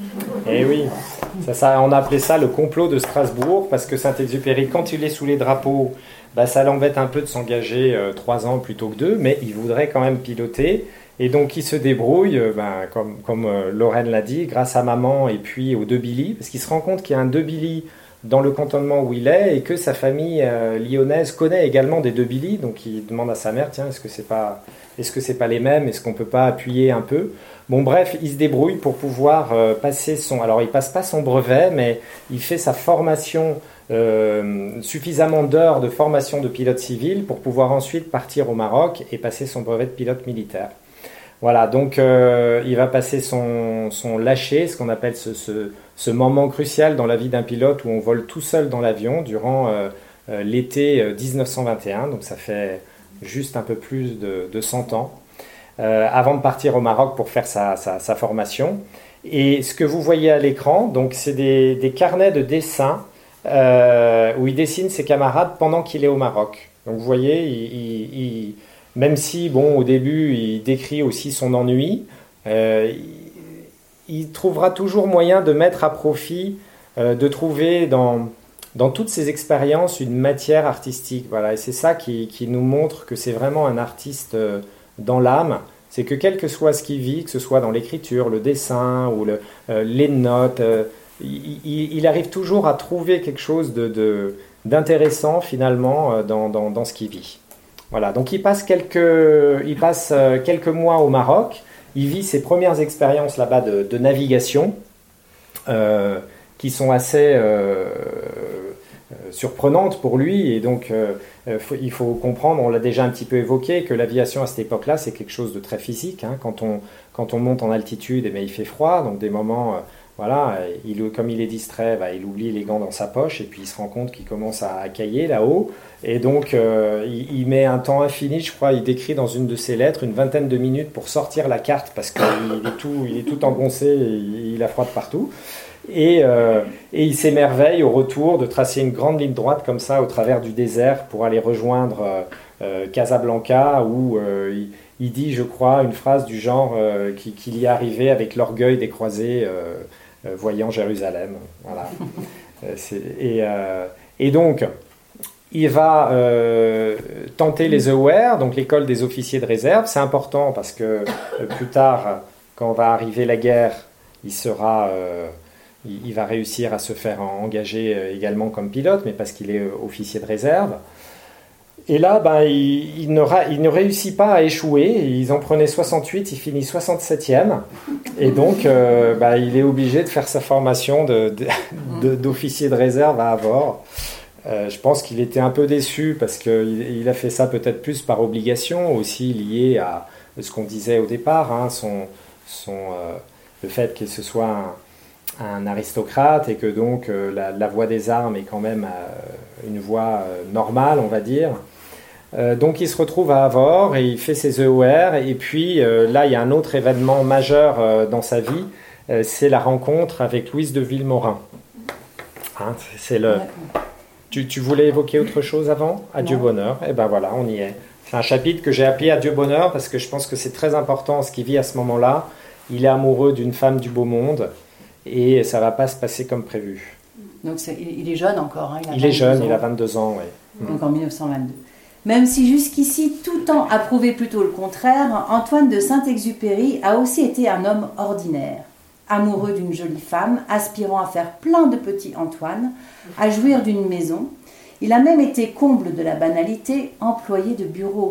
Eh oui, ça, ça, on a appelé ça le complot de Strasbourg, parce que Saint-Exupéry, quand il est sous les drapeaux, bah, ça l'embête un peu de s'engager euh, trois ans plutôt que deux, mais il voudrait quand même piloter. Et donc il se débrouille, euh, bah, comme, comme euh, Lorraine l'a dit, grâce à maman et puis aux deux Billy, parce qu'il se rend compte qu'il y a un deux Billy dans le cantonnement où il est, et que sa famille euh, lyonnaise connaît également des deux Billy, donc il demande à sa mère, tiens, est-ce que c'est pas, est-ce que c'est pas les mêmes, est-ce qu'on peut pas appuyer un peu? Bon bref, il se débrouille pour pouvoir euh, passer son, alors il passe pas son brevet, mais il fait sa formation, euh, suffisamment d'heures de formation de pilote civil pour pouvoir ensuite partir au Maroc et passer son brevet de pilote militaire. Voilà, donc euh, il va passer son, son lâcher, ce qu'on appelle ce, ce, ce moment crucial dans la vie d'un pilote où on vole tout seul dans l'avion durant euh, euh, l'été dix-neuf cent vingt et un, donc ça fait juste un peu plus de, de cent ans, euh, avant de partir au Maroc pour faire sa, sa, sa formation. Et ce que vous voyez à l'écran, donc c'est des, des carnets de dessin euh, où il dessine ses camarades pendant qu'il est au Maroc. Donc vous voyez, il... il, il même si, bon, au début, il décrit aussi son ennui, euh, il, il trouvera toujours moyen de mettre à profit, euh, de trouver dans, dans toutes ses expériences une matière artistique. Voilà, et c'est ça qui, qui nous montre que c'est vraiment un artiste euh, dans l'âme. C'est que quel que soit ce qu'il vit, que ce soit dans l'écriture, le dessin ou le, euh, les notes, euh, il, il, il arrive toujours à trouver quelque chose de, de, d'intéressant finalement euh, dans, dans, dans ce qu'il vit. Voilà, donc il passe, quelques, il passe quelques mois au Maroc, il vit ses premières expériences là-bas de, de navigation, euh, qui sont assez euh, surprenantes pour lui, et donc euh, faut, il faut comprendre, on l'a déjà un petit peu évoqué, que l'aviation à cette époque-là, c'est quelque chose de très physique, hein. Quand on, quand on monte en altitude, eh bien, il fait froid, donc des moments... Euh, Voilà, il, comme il est distrait, bah, il oublie les gants dans sa poche et puis il se rend compte qu'il commence à, à cailler là-haut. Et donc, euh, il, il met un temps infini, je crois, il décrit dans une de ses lettres une vingtaine de minutes pour sortir la carte parce qu'il est tout, il est tout engoncé et il, il a froid de partout. Et, euh, et il s'émerveille au retour de tracer une grande ligne droite comme ça au travers du désert pour aller rejoindre euh, euh, Casablanca où euh, il, il dit, je crois, une phrase du genre euh, qu'il, qu'il y est arrivé avec l'orgueil des croisés. Euh, Euh, voyant Jérusalem, voilà. euh, c'est, et, euh, et donc, il va euh, tenter les E O R, donc l'école des officiers de réserve. C'est important parce que euh, plus tard, quand va arriver la guerre, il sera, euh, il, il va réussir à se faire engager euh, également comme pilote, mais parce qu'il est euh, officier de réserve. Et là, ben, il, il, ne ra, il ne réussit pas à échouer. Ils en prenaient soixante-huit, il finit soixante-septième. Et donc, euh, ben, il est obligé de faire sa formation de, de, de, d'officier de réserve à Avord. Euh, je pense qu'il était un peu déçu parce qu'il il a fait ça peut-être plus par obligation, aussi lié à ce qu'on disait au départ, hein, son, son, euh, le fait qu'il se soit un, un aristocrate et que donc euh, la, la voie des armes est quand même euh, une voie euh, normale, on va dire. Euh, donc il se retrouve à Avord et il fait ses E O R et puis euh, là il y a un autre événement majeur euh, dans sa vie, euh, c'est la rencontre avec Louise de Villemorin. Hein, c'est le... tu, tu voulais évoquer autre chose avant? Adieu bonheur, et ben voilà, on y est. C'est un chapitre que j'ai appelé Adieu bonheur parce que je pense que c'est très important ce qu'il vit à ce moment-là. Il est amoureux d'une femme du beau monde et ça ne va pas se passer comme prévu. Donc c'est, il est jeune encore, hein, il, a il est jeune, ans. il a vingt-deux ans, oui. Donc en dix-neuf cent vingt-deux. Même si jusqu'ici tout temps a prouvé plutôt le contraire, Antoine de Saint-Exupéry a aussi été un homme ordinaire, amoureux d'une jolie femme, aspirant à faire plein de petits Antoine, à jouir d'une maison. Il a même été, comble de la banalité, employé de bureau.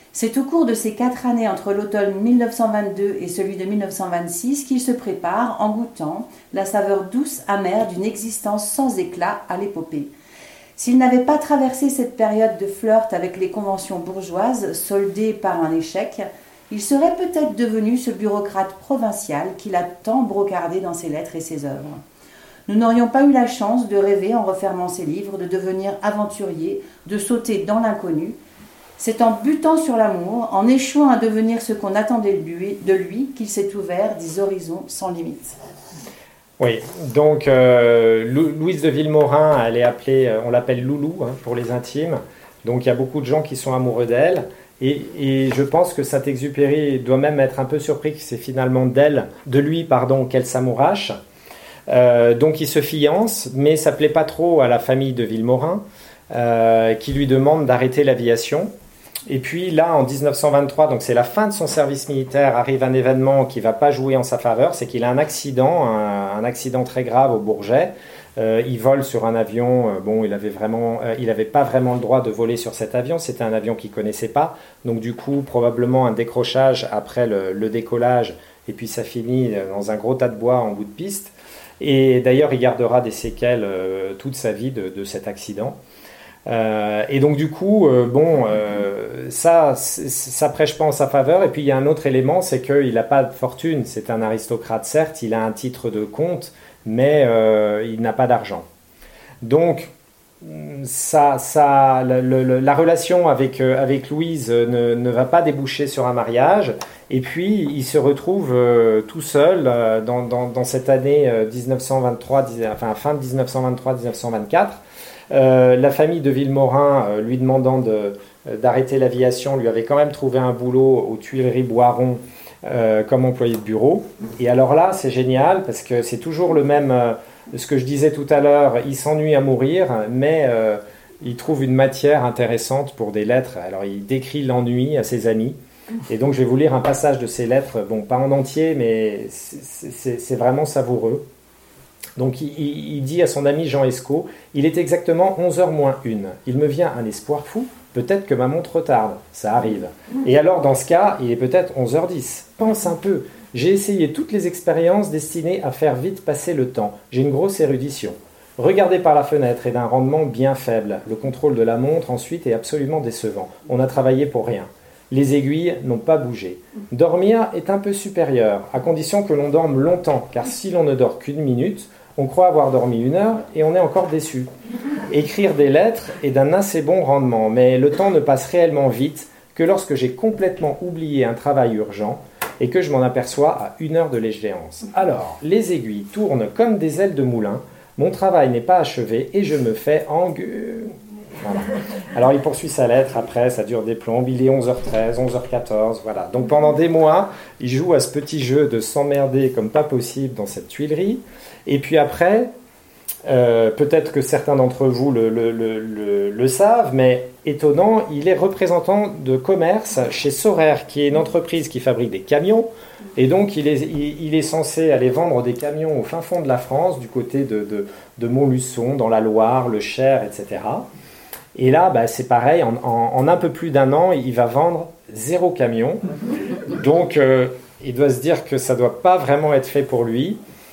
C'est au cours de ces quatre années entre l'automne mille neuf cent vingt-deux et celui de mille neuf cent vingt-six qu'il se prépare en goûtant la saveur douce amère d'une existence sans éclat à l'épopée. S'il n'avait pas traversé cette période de flirt avec les conventions bourgeoises, soldée par un échec, il serait peut-être devenu ce bureaucrate provincial qu'il a tant brocardé dans ses lettres et ses œuvres. Nous n'aurions pas eu la chance de rêver en refermant ses livres, de devenir aventurier, de sauter dans l'inconnu. C'est en butant sur l'amour, en échouant à devenir ce qu'on attendait de lui, de lui qu'il s'est ouvert des horizons sans limite. Oui, donc euh, Louise de Villemorin, elle est appelée, on l'appelle Loulou hein, pour les intimes. Donc il y a beaucoup de gens qui sont amoureux d'elle. Et, et je pense que Saint-Exupéry doit même être un peu surpris que c'est finalement d'elle, de lui, pardon, qu'elle s'amourache. Euh, donc il se fiance, mais ça ne plaît pas trop à la famille de Villemorin, euh, qui lui demande d'arrêter l'aviation. Et puis là, en dix-neuf cent vingt-trois, donc c'est la fin de son service militaire, arrive un événement qui ne va pas jouer en sa faveur, c'est qu'il a un accident, un, un accident très grave au Bourget. Euh, il vole sur un avion, euh, bon, il avait vraiment, euh, il n'avait pas vraiment le droit de voler sur cet avion, c'était un avion qu'il ne connaissait pas, donc du coup, probablement un décrochage après le, le décollage, et puis ça finit dans un gros tas de bois en bout de piste, et d'ailleurs, il gardera des séquelles euh, toute sa vie de, de cet accident. Euh, et donc du coup, euh, bon, euh, ça, ça prêche pas en sa faveur, et puis il y a un autre élément, c'est qu'il n'a pas de fortune, c'est un aristocrate certes, il a un titre de comte, mais euh, il n'a pas d'argent. Donc, ça, ça, la, la, la relation avec, euh, avec Louise ne, ne va pas déboucher sur un mariage. Et puis, il se retrouve euh, tout seul euh, dans, dans, dans cette année euh, dix-neuf cent vingt-trois, enfin fin de dix-neuf cent vingt-trois dix-neuf cent vingt-quatre. Euh, la famille de Villemorin, euh, lui demandant de, d'arrêter l'aviation, lui avait quand même trouvé un boulot aux Tuileries Boiron, Euh, comme employé de bureau. Et alors là, c'est génial parce que c'est toujours le même, euh, ce que je disais tout à l'heure, il s'ennuie à mourir, mais euh, il trouve une matière intéressante pour des lettres. Alors il décrit l'ennui à ses amis. Et donc je vais vous lire un passage de ses lettres, bon, pas en entier, mais c'est, c'est, c'est vraiment savoureux. Donc il, il dit à son ami Jean Escaut, « Il est exactement onze heures moins une. Il me vient un espoir fou. Peut-être que ma montre retarde, ça arrive. Et alors, dans ce cas, il est peut-être onze heures dix. Pense un peu. J'ai essayé toutes les expériences destinées à faire vite passer le temps. J'ai une grosse érudition. Regarder par la fenêtre est d'un rendement bien faible. Le contrôle de la montre, ensuite, est absolument décevant. On a travaillé pour rien. Les aiguilles n'ont pas bougé. Dormir est un peu supérieur, à condition que l'on dorme longtemps, car si l'on ne dort qu'une minute, on croit avoir dormi une heure et on est encore déçu. Écrire des lettres est d'un assez bon rendement, mais le temps ne passe réellement vite que lorsque j'ai complètement oublié un travail urgent et que je m'en aperçois à une heure de l'échéance. Alors, les aiguilles tournent comme des ailes de moulin, mon travail n'est pas achevé et je me fais engueuler. Voilà. Alors il poursuit sa lettre, après ça dure des plombes, il est onze heures treize, onze heures quatorze, voilà. Donc pendant des mois, il joue à ce petit jeu de s'emmerder comme pas possible dans cette tuilerie, et puis après, euh, peut-être que certains d'entre vous le, le, le, le, le savent, mais étonnant, il est représentant de commerce chez Sorer, qui est une entreprise qui fabrique des camions, et donc il est, il, il est censé aller vendre des camions au fin fond de la France, du côté de, de, de Montluçon, dans la Loire, le Cher, et cetera. Et là, bah, c'est pareil, en, en, en un peu plus d'un an, il va vendre zéro camion. Donc, euh, il doit se dire que ça ne doit pas vraiment être fait pour lui.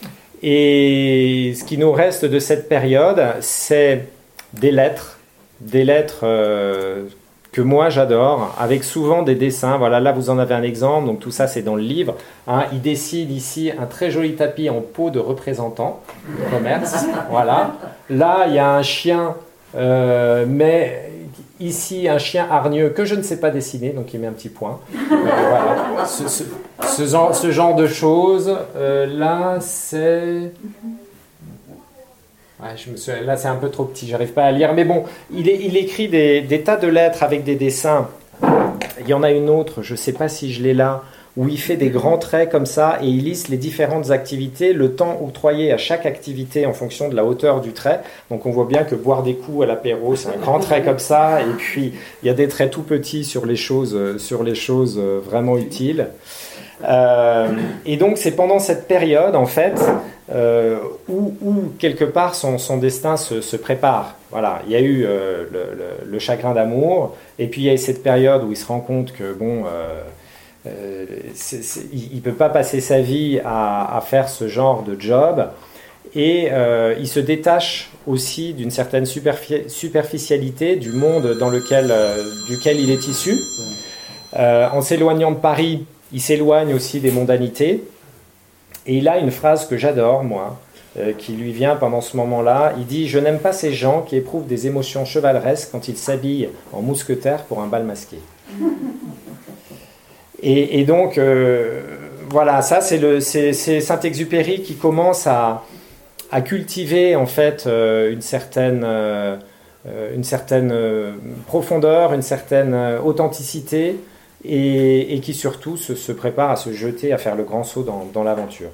Et ce qui nous reste de cette période, c'est des lettres, des lettres euh, que moi j'adore, avec souvent des dessins. Voilà, là vous en avez un exemple, donc tout ça c'est dans le livre. Hein, il dessine ici un très joli tapis en peau de représentant de commerce. Voilà. Là, il y a un chien... Euh, mais ici un chien hargneux que je ne sais pas dessiner, donc il met un petit point. Euh, voilà. ce, ce, ce, genre, ce genre de choses. Euh, là, c'est... Ouais, je me suis... Là, c'est un peu trop petit, j'arrive pas à lire. Mais bon, il, est, il écrit des, des tas de lettres avec des dessins. Il y en a une autre, je ne sais pas si je l'ai là, où il fait des grands traits comme ça et il liste les différentes activités, le temps octroyé à chaque activité en fonction de la hauteur du trait. Donc on voit bien que boire des coups à l'apéro, c'est un grand trait comme ça, et puis il y a des traits tout petits sur les choses, sur les choses vraiment utiles. Euh, et donc c'est pendant cette période en fait euh, où, où quelque part son, son destin se, se prépare. Voilà, il y a eu euh, le, le, le chagrin d'amour, et puis il y a eu cette période où il se rend compte que bon, euh, euh, c'est, c'est, il ne peut pas passer sa vie à, à faire ce genre de job, et euh, il se détache aussi d'une certaine superfi- superficialité du monde dans lequel, euh, duquel il est issu. Euh, en s'éloignant de Paris, il s'éloigne aussi des mondanités. Et il a une phrase que j'adore, moi, euh, qui lui vient pendant ce moment-là. Il dit « Je n'aime pas ces gens qui éprouvent des émotions chevaleresques quand ils s'habillent en mousquetaire pour un bal masqué. » Et, et donc, euh, voilà, ça, c'est, le, c'est, c'est Saint-Exupéry qui commence à, à cultiver, en fait, euh, une certaine, euh, une certaine euh, profondeur, une certaine euh, authenticité, et, et qui, surtout, se, se prépare à se jeter, à faire le grand saut dans, dans l'aventure.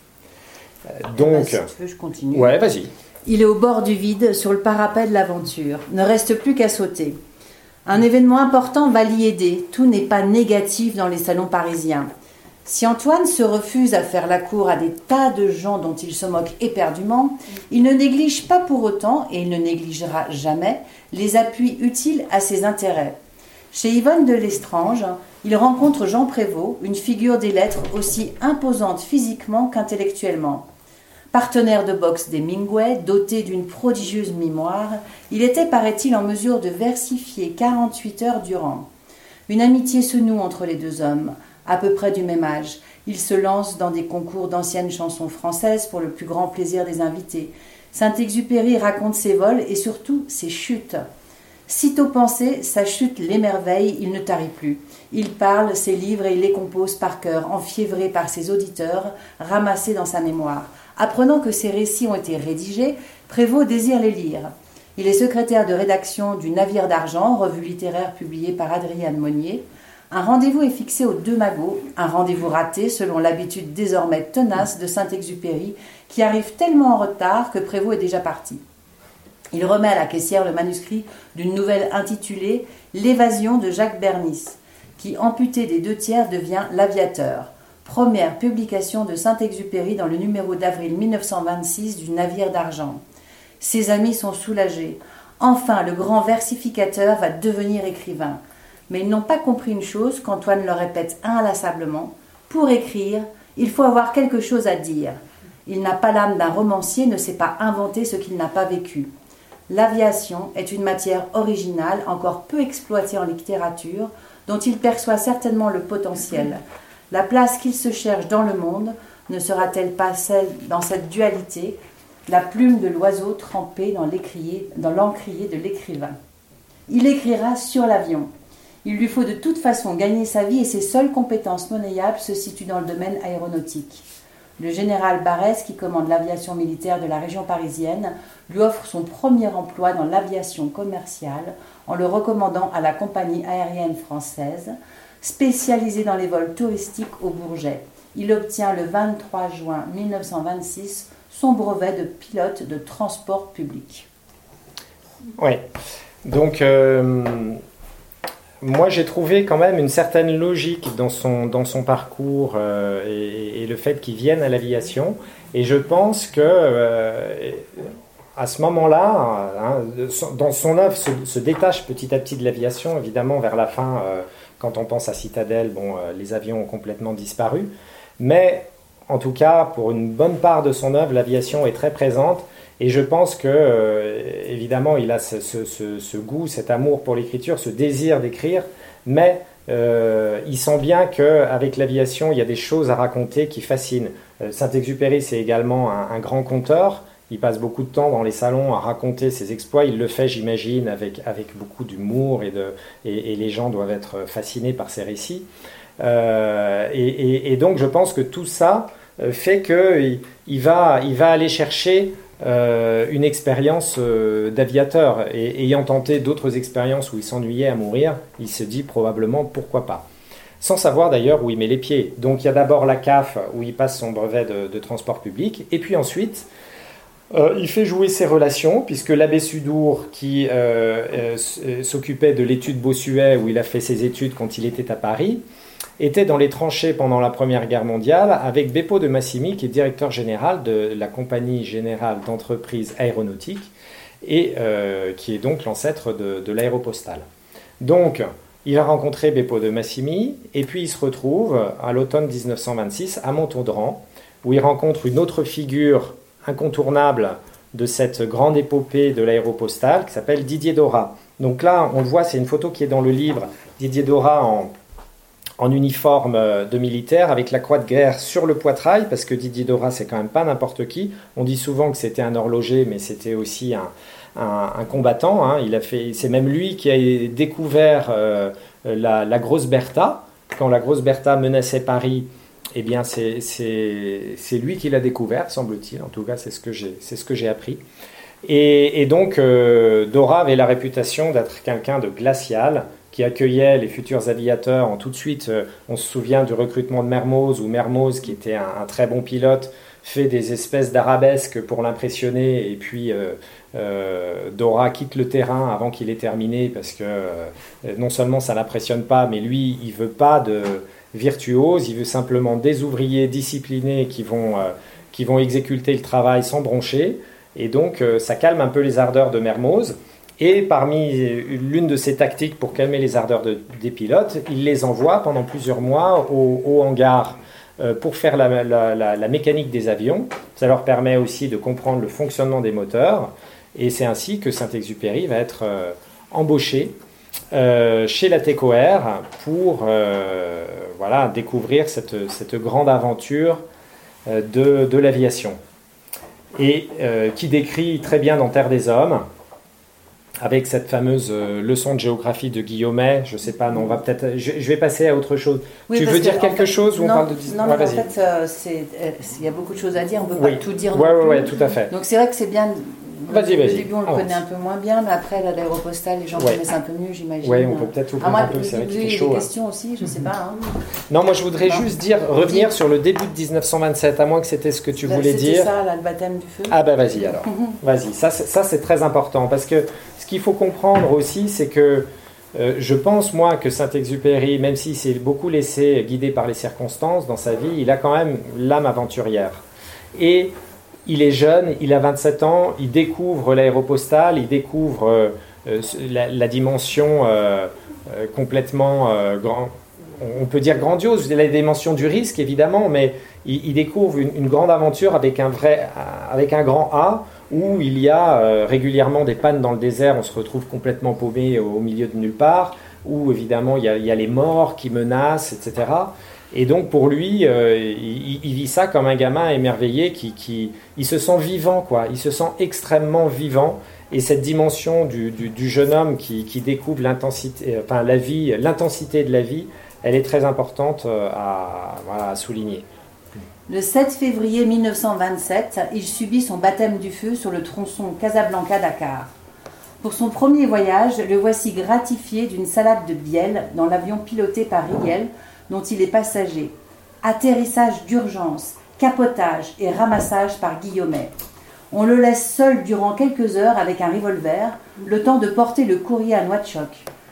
Euh, donc... Bah, si tu veux, je continue. Ouais, vas-y. Il est au bord du vide, sur le parapet de l'aventure. Ne reste plus qu'à sauter. Un événement important va l'y aider. Tout n'est pas négatif dans les salons parisiens. Si Antoine se refuse à faire la cour à des tas de gens dont il se moque éperdument, il ne néglige pas pour autant, et il ne négligera jamais, les appuis utiles à ses intérêts. Chez Yvonne de Lestrange, il rencontre Jean Prévost, une figure des lettres aussi imposante physiquement qu'intellectuellement. Partenaire de boxe d'Hemingway, doté d'une prodigieuse mémoire, il était, paraît-il, en mesure de versifier quarante-huit heures durant. Une amitié se noue entre les deux hommes, à peu près du même âge. Ils se lancent dans des concours d'anciennes chansons françaises pour le plus grand plaisir des invités. Saint-Exupéry raconte ses vols et surtout ses chutes. Sitôt pensé, sa chute l'émerveille, il ne tarit plus. Il parle ses livres et il les compose par cœur, enfiévré par ses auditeurs, ramassés dans sa mémoire. Apprenant que ces récits ont été rédigés, Prévost désire les lire. Il est secrétaire de rédaction du Navire d'Argent, revue littéraire publiée par Adrienne Monnier. Un rendez-vous est fixé aux Deux Magots, un rendez-vous raté selon l'habitude désormais tenace de Saint-Exupéry, qui arrive tellement en retard que Prévost est déjà parti. Il remet à la caissière le manuscrit d'une nouvelle intitulée « L'évasion de Jacques Bernis », qui, amputé des deux tiers, devient « L'Aviateur », première publication de Saint-Exupéry dans le numéro d'avril mille neuf cent vingt-six du Navire d'Argent. Ses amis sont soulagés. Enfin, le grand versificateur va devenir écrivain. Mais ils n'ont pas compris une chose qu'Antoine leur répète inlassablement. Pour écrire, il faut avoir quelque chose à dire. Il n'a pas l'âme d'un romancier, ne sait pas inventer ce qu'il n'a pas vécu. L'aviation est une matière originale, encore peu exploitée en littérature, dont il perçoit certainement le potentiel. La place qu'il se cherche dans le monde ne sera-t-elle pas celle, dans cette dualité, la plume de l'oiseau trempée dans, dans l'encrier de l'écrivain? Il écrira sur l'avion. Il lui faut de toute façon gagner sa vie et ses seules compétences monnayables se situent dans le domaine aéronautique. Le général Barès, qui commande l'aviation militaire de la région parisienne, lui offre son premier emploi dans l'aviation commerciale en le recommandant à la compagnie aérienne française, spécialisée dans les vols touristiques au Bourget. Il obtient le vingt-trois juin mille neuf cent vingt-six son brevet de pilote de transport public. Oui, donc euh, moi j'ai trouvé quand même une certaine logique dans son, dans son parcours euh, et, et le fait qu'il vienne à l'aviation, et je pense que euh, à ce moment-là, hein, dans son œuvre se, se détache petit à petit de l'aviation, évidemment vers la fin, euh, quand on pense à Citadelle, bon, euh, les avions ont complètement disparu, mais en tout cas, pour une bonne part de son œuvre, l'aviation est très présente, et je pense que, euh, évidemment, il a ce, ce, ce, ce goût, cet amour pour l'écriture, ce désir d'écrire, mais euh, il sent bien qu'avec l'aviation, il y a des choses à raconter qui fascinent. Euh, Saint-Exupéry, c'est également un, un grand conteur. Il passe beaucoup de temps dans les salons à raconter ses exploits. Il le fait, j'imagine, avec, avec beaucoup d'humour, et, de, et, et les gens doivent être fascinés par ses récits. Euh, et, et, et donc, je pense que tout ça fait qu'il il va, il va aller chercher euh, une expérience euh, d'aviateur. Et ayant tenté d'autres expériences où il s'ennuyait à mourir, il se dit probablement pourquoi pas. Sans savoir d'ailleurs où il met les pieds. Donc, il y a d'abord la C A F où il passe son brevet de, de transport public. Et puis ensuite... Euh, il fait jouer ses relations, puisque l'abbé Sudour, qui euh, euh, s'occupait de l'étude Bossuet, où il a fait ses études quand il était à Paris, était dans les tranchées pendant la Première Guerre mondiale avec Beppo de Massimi, qui est directeur général de la Compagnie Générale d'Entreprises Aéronautiques et euh, qui est donc l'ancêtre de, de l'aéropostale. Donc, il va rencontrer Beppo de Massimi et puis il se retrouve à l'automne dix-neuf cent vingt-six à Montaudan, où il rencontre une autre figure incontournable de cette grande épopée de l'aéropostale qui s'appelle Didier Dora. Donc là, on le voit, c'est une photo qui est dans le livre. Didier Dora en, en uniforme de militaire avec la croix de guerre sur le poitrail, parce que Didier Dora, c'est quand même pas n'importe qui. On dit souvent que c'était un horloger, mais c'était aussi un, un, un combattant. Hein. Il a fait, c'est même lui qui a découvert euh, la, la Grosse Bertha. Quand la Grosse Bertha menaçait Paris, eh bien, c'est, c'est, c'est lui qui l'a découvert, semble-t-il. En tout cas, c'est ce que j'ai, c'est ce que j'ai appris. Et, et donc, euh, Dora avait la réputation d'être quelqu'un de glacial, qui accueillait les futurs aviateurs en tout de suite. Euh, on se souvient du recrutement de Mermoz, où Mermoz, qui était un, un très bon pilote, fait des espèces d'arabesques pour l'impressionner, et puis euh, euh, Dora quitte le terrain avant qu'il ait terminé, parce que euh, non seulement ça ne l'impressionne pas, mais lui, il ne veut pas de virtuose, il veut simplement des ouvriers disciplinés qui vont, euh, qui vont exécuter le travail sans broncher. Et donc, euh, ça calme un peu les ardeurs de Mermoz. Et parmi l'une de ses tactiques pour calmer les ardeurs de, des pilotes, il les envoie pendant plusieurs mois au, au hangar euh, pour faire la, la, la, la mécanique des avions. Ça leur permet aussi de comprendre le fonctionnement des moteurs. Et c'est ainsi que Saint-Exupéry va être euh, embauché euh, chez la Tecoer pour euh, voilà, découvrir cette, cette grande aventure euh, de, de l'aviation. Et euh, qui décrit très bien dans Terre des Hommes, avec cette fameuse euh, leçon de géographie de Guillaumet. Je sais pas, non, on va peut-être. Je, je vais passer à autre chose. Oui, tu veux dire quelque fait, chose ou non, on parle de non, ouais, mais en fait, euh, c'est, euh, il y a beaucoup de choses à dire. On ne peut oui. pas tout dire. Oui, oui, oui, tout à fait. Donc c'est vrai que c'est bien. Vas-y, vas-y. Au début, on le Avance. connaît un peu moins bien, mais après, là, l'aéropostale, les gens ouais. connaissent un peu mieux, j'imagine. Oui, on peut peut-être ouvrir ah, moi, un peu, c'est vrai qu'il fait chaud. Il y a des hein. questions aussi, je ne sais pas. Hein. Non, moi, je voudrais non. juste dire, revenir sur le début de dix-neuf cent vingt-sept, à moins que c'était ce que tu bah, voulais c'était dire. C'était ça, là, le baptême du feu. Ah ben, vas-y, alors. Vas-y, ça, c'est, ça, c'est très important, parce que ce qu'il faut comprendre aussi, c'est que euh, je pense, moi, que Saint-Exupéry, même s'il s'est beaucoup laissé guider par les circonstances dans sa vie, il a quand même l'âme aventurière. Et il est jeune, il a vingt-sept ans, il découvre l'aéropostale, il découvre euh, euh, la, la dimension euh, euh, complètement, euh, grand, on peut dire grandiose, la dimension du risque évidemment, mais il, il découvre une, une grande aventure avec un, vrai, avec un grand A, où il y a euh, régulièrement des pannes dans le désert, on se retrouve complètement paumé au, au milieu de nulle part, où évidemment il y a, il y a les morts qui menacent, et cetera. Et donc pour lui, euh, il, il vit ça comme un gamin émerveillé qui, qui il se sent vivant, quoi. Il se sent extrêmement vivant. Et cette dimension du, du, du jeune homme qui, qui découvre l'intensité, enfin la vie, l'intensité de la vie, elle est très importante à, voilà, à souligner. Le sept février mille neuf cent vingt-sept, il subit son baptême du feu sur le tronçon Casablanca-Dakar. Pour son premier voyage, le voici gratifié d'une salade de bielle dans l'avion piloté par Riel, dont il est passager. Atterrissage d'urgence, capotage et ramassage par Guillaumet. On le laisse seul durant quelques heures avec un revolver, le temps de porter le courrier à Nouakchott.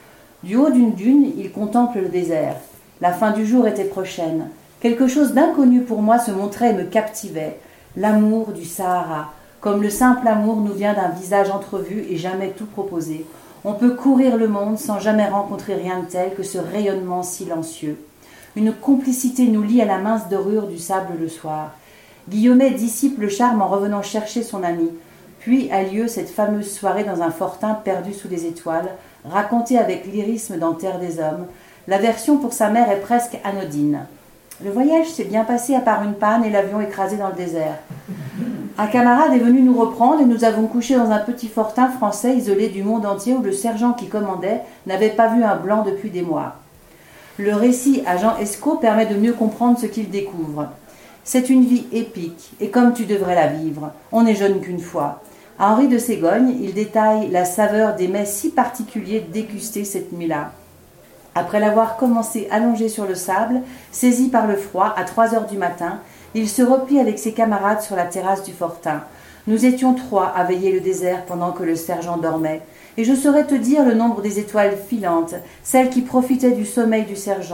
Du haut d'une dune, il contemple le désert. La fin du jour était prochaine. Quelque chose d'inconnu pour moi se montrait et me captivait. L'amour du Sahara. Comme le simple amour nous vient d'un visage entrevu et jamais tout proposé. On peut courir le monde sans jamais rencontrer rien de tel que ce rayonnement silencieux. Une complicité nous lie à la mince dorure du sable le soir. Guillaumet dissipe le charme en revenant chercher son ami. Puis a lieu cette fameuse soirée dans un fortin perdu sous les étoiles, racontée avec lyrisme dans Terre des Hommes. La version pour sa mère est presque anodine. Le voyage s'est bien passé à part une panne et l'avion écrasé dans le désert. Un camarade est venu nous reprendre et nous avons couché dans un petit fortin français isolé du monde entier où le sergent qui commandait n'avait pas vu un blanc depuis des mois. Le récit à Jean Escaut permet de mieux comprendre ce qu'il découvre. C'est une vie épique, et comme tu devrais la vivre, on n'est jeune qu'une fois. À Henri de Ségogne, il détaille la saveur des mets si particuliers dégustés cette nuit-là. Après l'avoir commencé allongé sur le sable, saisi par le froid, à trois heures du matin, il se replie avec ses camarades sur la terrasse du fortin. Nous étions trois à veiller le désert pendant que le sergent dormait. Et je saurais te dire le nombre des étoiles filantes, celles qui profitaient du sommeil du sergent.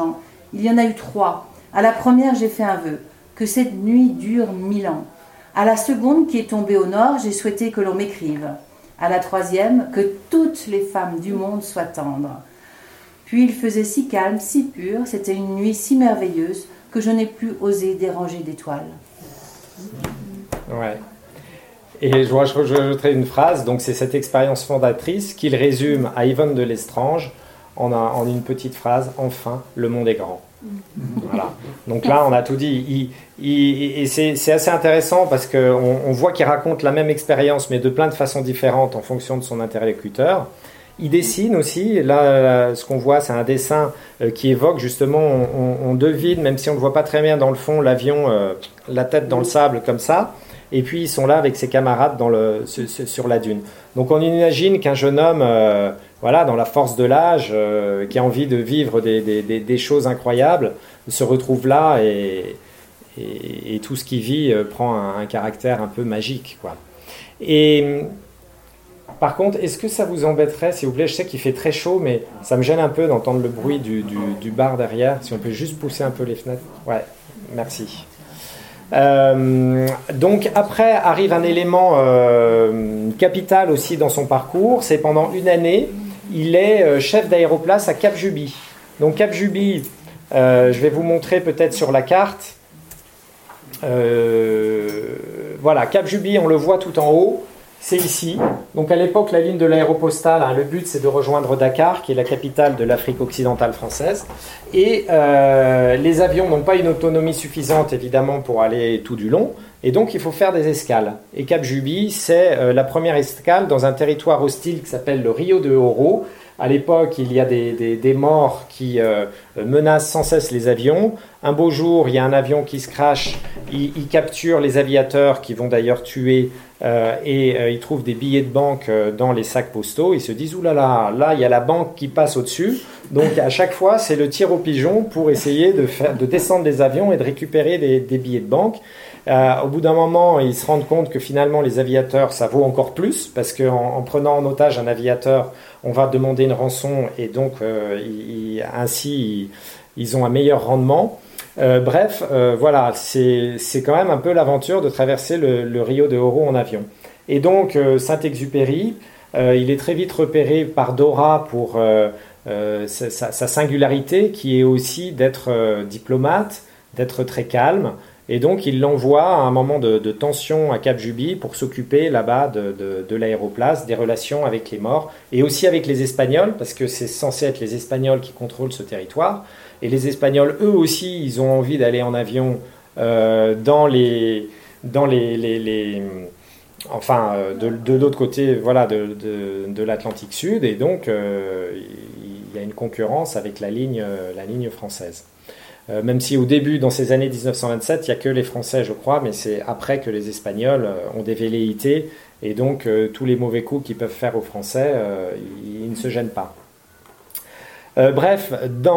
Il y en a eu trois. À la première, j'ai fait un vœu, que cette nuit dure mille ans. À la seconde, qui est tombée au nord, j'ai souhaité que l'on m'écrive. À la troisième, que toutes les femmes du monde soient tendres. Puis il faisait si calme, si pur, c'était une nuit si merveilleuse que je n'ai plus osé déranger d'étoiles. Ouais. Et je rajouterai une phrase, donc c'est cette expérience fondatrice qu'il résume à Yvonne de Lestrange en, un, en une petite phrase, enfin, le monde est grand. Voilà. Donc là, on a tout dit. Il, il, et c'est, c'est assez intéressant parce qu'on on voit qu'il raconte la même expérience, mais de plein de façons différentes en fonction de son interlocuteur. Il dessine aussi, là, ce qu'on voit, c'est un dessin qui évoque justement, on, on devine, même si on ne le voit pas très bien dans le fond, l'avion, euh, la tête dans le sable comme ça. Et puis ils sont là avec ses camarades dans le, sur la dune. Donc on imagine qu'un jeune homme, euh, voilà, dans la force de l'âge, euh, qui a envie de vivre des, des, des, des choses incroyables, se retrouve là et, et, et tout ce qu'il vit euh, prend un, un caractère un peu magique, quoi. Et par contre, est-ce que ça vous embêterait, s'il vous plaît, je sais qu'il fait très chaud, mais ça me gêne un peu d'entendre le bruit du, du, du bar derrière, si on peut juste pousser un peu les fenêtres. Ouais, merci. Euh, donc après arrive un élément euh, capital aussi dans son parcours, c'est pendant une année il est euh, chef d'aéroplace à Cap Juby. Donc Cap Juby, euh, je vais vous montrer peut-être sur la carte, euh, voilà, Cap Juby, on le voit tout en haut, c'est ici. Donc à l'époque, la ligne de l'aéropostale, hein, le but c'est de rejoindre Dakar, qui est la capitale de l'Afrique occidentale française. Et euh, les avions n'ont pas une autonomie suffisante, évidemment, pour aller tout du long. Et donc il faut faire des escales. Et Cap Juby, c'est euh, la première escale dans un territoire hostile qui s'appelle le Rio de Oro. À l'époque, il y a des, des, des morts qui euh, menacent sans cesse les avions. Un beau jour, il y a un avion qui se crache, il, il capture les aviateurs qui vont d'ailleurs tuer euh, et euh, ils trouvent des billets de banque euh, dans les sacs postaux. Ils se disent « Ouh là là, là, il y a la banque qui passe au-dessus ». Donc à chaque fois, c'est le tir au pigeon pour essayer de, faire, de descendre des avions et de récupérer des, des billets de banque. Euh, au bout d'un moment, ils se rendent compte que finalement, les aviateurs, ça vaut encore plus parce qu'en en prenant en otage un aviateur, on va demander une rançon et donc euh, ils, ainsi, ils, ils ont un meilleur rendement. Euh, bref, euh, voilà, c'est, c'est quand même un peu l'aventure de traverser le, le Rio de Oro en avion. Et donc, euh, Saint-Exupéry, euh, il est très vite repéré par Dora pour euh, euh, sa, sa singularité, qui est aussi d'être euh, diplomate, d'être très calme. Et donc, il l'envoie à un moment de, de tension à Cap Juby pour s'occuper là-bas de, de, de l'aéroplace, des relations avec les morts, et aussi avec les Espagnols, parce que c'est censé être les Espagnols qui contrôlent ce territoire. Et les Espagnols, eux aussi, ils ont envie d'aller en avion euh, dans les... Dans les, les, les enfin, de, de l'autre côté, voilà, de, de, de l'Atlantique Sud, et donc euh, il y a une concurrence avec la ligne, la ligne française. Euh, même si au début, dans ces années dix-neuf cent vingt-sept, il n'y a que les Français, je crois, mais c'est après que les Espagnols euh, ont des velléités, et donc euh, tous les mauvais coups qu'ils peuvent faire aux Français, euh, ils, ils ne se gênent pas. Euh, bref,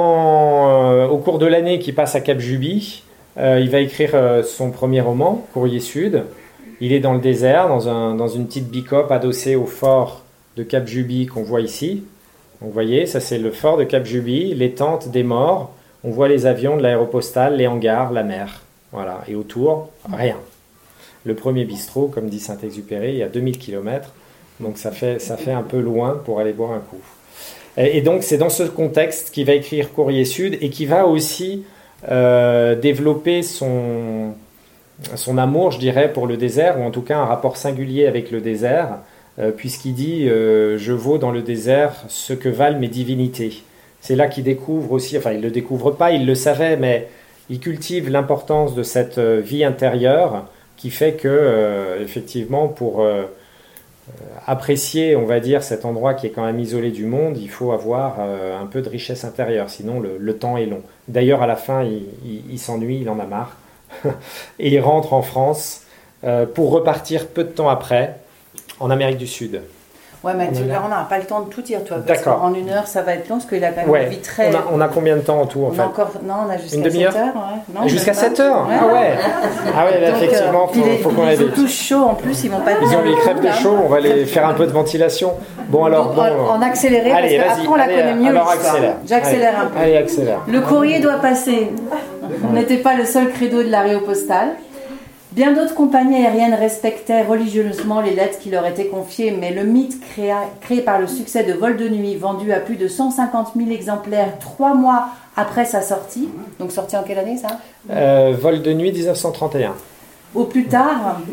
dans, euh, au cours de l'année qui passe à Cap Juby, euh, il va écrire euh, son premier roman, Courrier Sud. Il est dans le désert, dans, un, dans une petite bicoque adossée au fort de Cap Juby qu'on voit ici. Donc, vous voyez, ça c'est le fort de Cap Juby, les tentes des morts. On voit les avions de l'aéropostale, les hangars, la mer. Voilà. Et autour, rien. Le premier bistrot, comme dit Saint-Exupéry, il y a deux mille kilomètres. Donc ça fait, ça fait un peu loin pour aller boire un coup. Et, et donc c'est dans ce contexte qu'il va écrire Courrier Sud et qui va aussi euh, développer son, son amour, je dirais, pour le désert, ou en tout cas un rapport singulier avec le désert, euh, puisqu'il dit euh, « Je vaux dans le désert ce que valent mes divinités ». C'est là qu'il découvre aussi, enfin il ne le découvre pas, il le savait, mais il cultive l'importance de cette vie intérieure qui fait que, euh, effectivement, pour euh, apprécier, on va dire, cet endroit qui est quand même isolé du monde, il faut avoir euh, un peu de richesse intérieure, sinon le, le temps est long. D'ailleurs, à la fin, il, il, il s'ennuie, il en a marre, et il rentre en France euh, pour repartir peu de temps après en Amérique du Sud. Ouais, mais tu, là, on n'a pas le temps de tout dire, toi. Parce D'accord. En une heure, ça va être long, parce qu'il a quand même ouais. une vie très... On a, on a combien de temps en tout, en on fait a encore... Non, on a jusqu'à Une demi-heure sept heures. Ouais. Non, Jusqu'à même pas. sept heures Ouais. Ah ouais Ah ouais, là, Donc, effectivement, euh, il faut, les, faut qu'on les aille ont vite. tous chauds, en plus, ils vont pas... Ils ont les crêpes de chaud, on va les faire un peu de ventilation. Bon, alors, Donc, bon... en, en accéléré, Allez, parce vas-y, qu'après, on la allez, connaît mieux, alors l'histoire. accélère. J'accélère Allez, un peu. Allez, accélère. Le courrier doit passer. On n'était pas le seul credo de l'aéropostale. Bien d'autres compagnies aériennes respectaient religieusement les lettres qui leur étaient confiées, mais le mythe créa, créé par le succès de Vol de nuit, vendu à plus de cent cinquante mille exemplaires trois mois après sa sortie, donc sorti en quelle année ça euh, Vol de nuit dix-neuf cent trente et un. Au plus tard,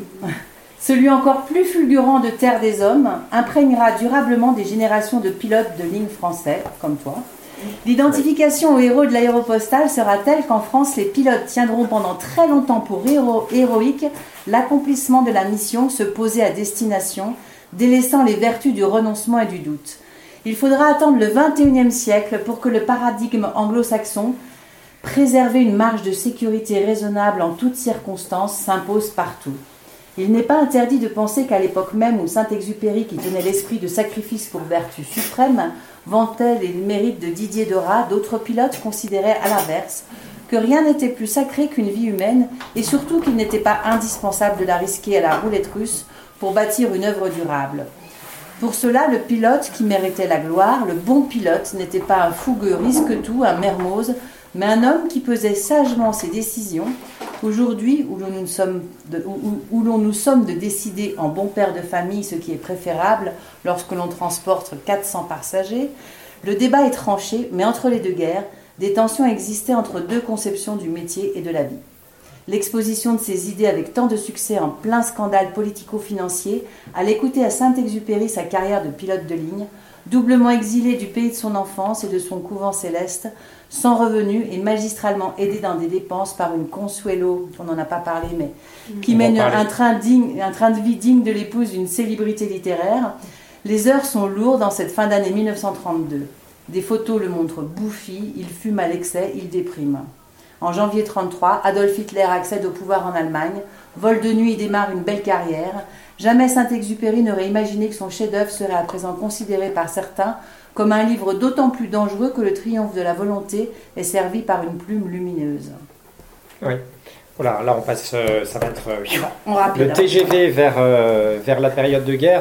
celui encore plus fulgurant de Terre des Hommes imprégnera durablement des générations de pilotes de lignes français, comme toi. L'identification aux héros de l'aéropostale sera telle qu'en France, les pilotes tiendront pendant très longtemps pour héros, héroïque l'accomplissement de la mission se poser à destination, délaissant les vertus du renoncement et du doute. Il faudra attendre le vingt et unième siècle pour que le paradigme anglo-saxon, préserver une marge de sécurité raisonnable en toutes circonstances, s'impose partout. Il n'est pas interdit de penser qu'à l'époque même où Saint-Exupéry, qui tenait l'esprit de sacrifice pour vertu suprême, vantait les mérites de Didier Dora, d'autres pilotes considéraient à l'inverse que rien n'était plus sacré qu'une vie humaine et surtout qu'il n'était pas indispensable de la risquer à la roulette russe pour bâtir une œuvre durable. Pour cela, le pilote qui méritait la gloire, le bon pilote, n'était pas un fougueux risque-tout, un mermoz, mais un homme qui pesait sagement ses décisions. Aujourd'hui, où l'on nous sommes de, où, où l'on nous sommes de décider en bon père de famille ce qui est préférable lorsque l'on transporte quatre cents passagers, le débat est tranché, mais entre les deux guerres, des tensions existaient entre deux conceptions du métier et de la vie. L'exposition de ses idées avec tant de succès en plein scandale politico-financier, à l'écouter à Saint-Exupéry sa carrière de pilote de ligne, doublement exilé du pays de son enfance et de son couvent céleste, sans revenu et magistralement aidé dans des dépenses par une Consuelo, on n'en a pas parlé, mais qui on mène un train, digne, un train de vie digne de l'épouse d'une célébrité littéraire. Les heures sont lourdes en cette fin d'année mille neuf cent trente-deux. Des photos le montrent bouffi, il fume à l'excès, il déprime. En janvier trente-trois, Adolf Hitler accède au pouvoir en Allemagne. Vol de nuit démarre une belle carrière. Jamais Saint-Exupéry n'aurait imaginé que son chef-d'œuvre serait à présent considéré par certains comme un livre d'autant plus dangereux que le triomphe de la volonté est servi par une plume lumineuse. Oui. Voilà, là on passe, euh, ça va être euh, on rappelle, le T G V vers, euh, vers la période de guerre.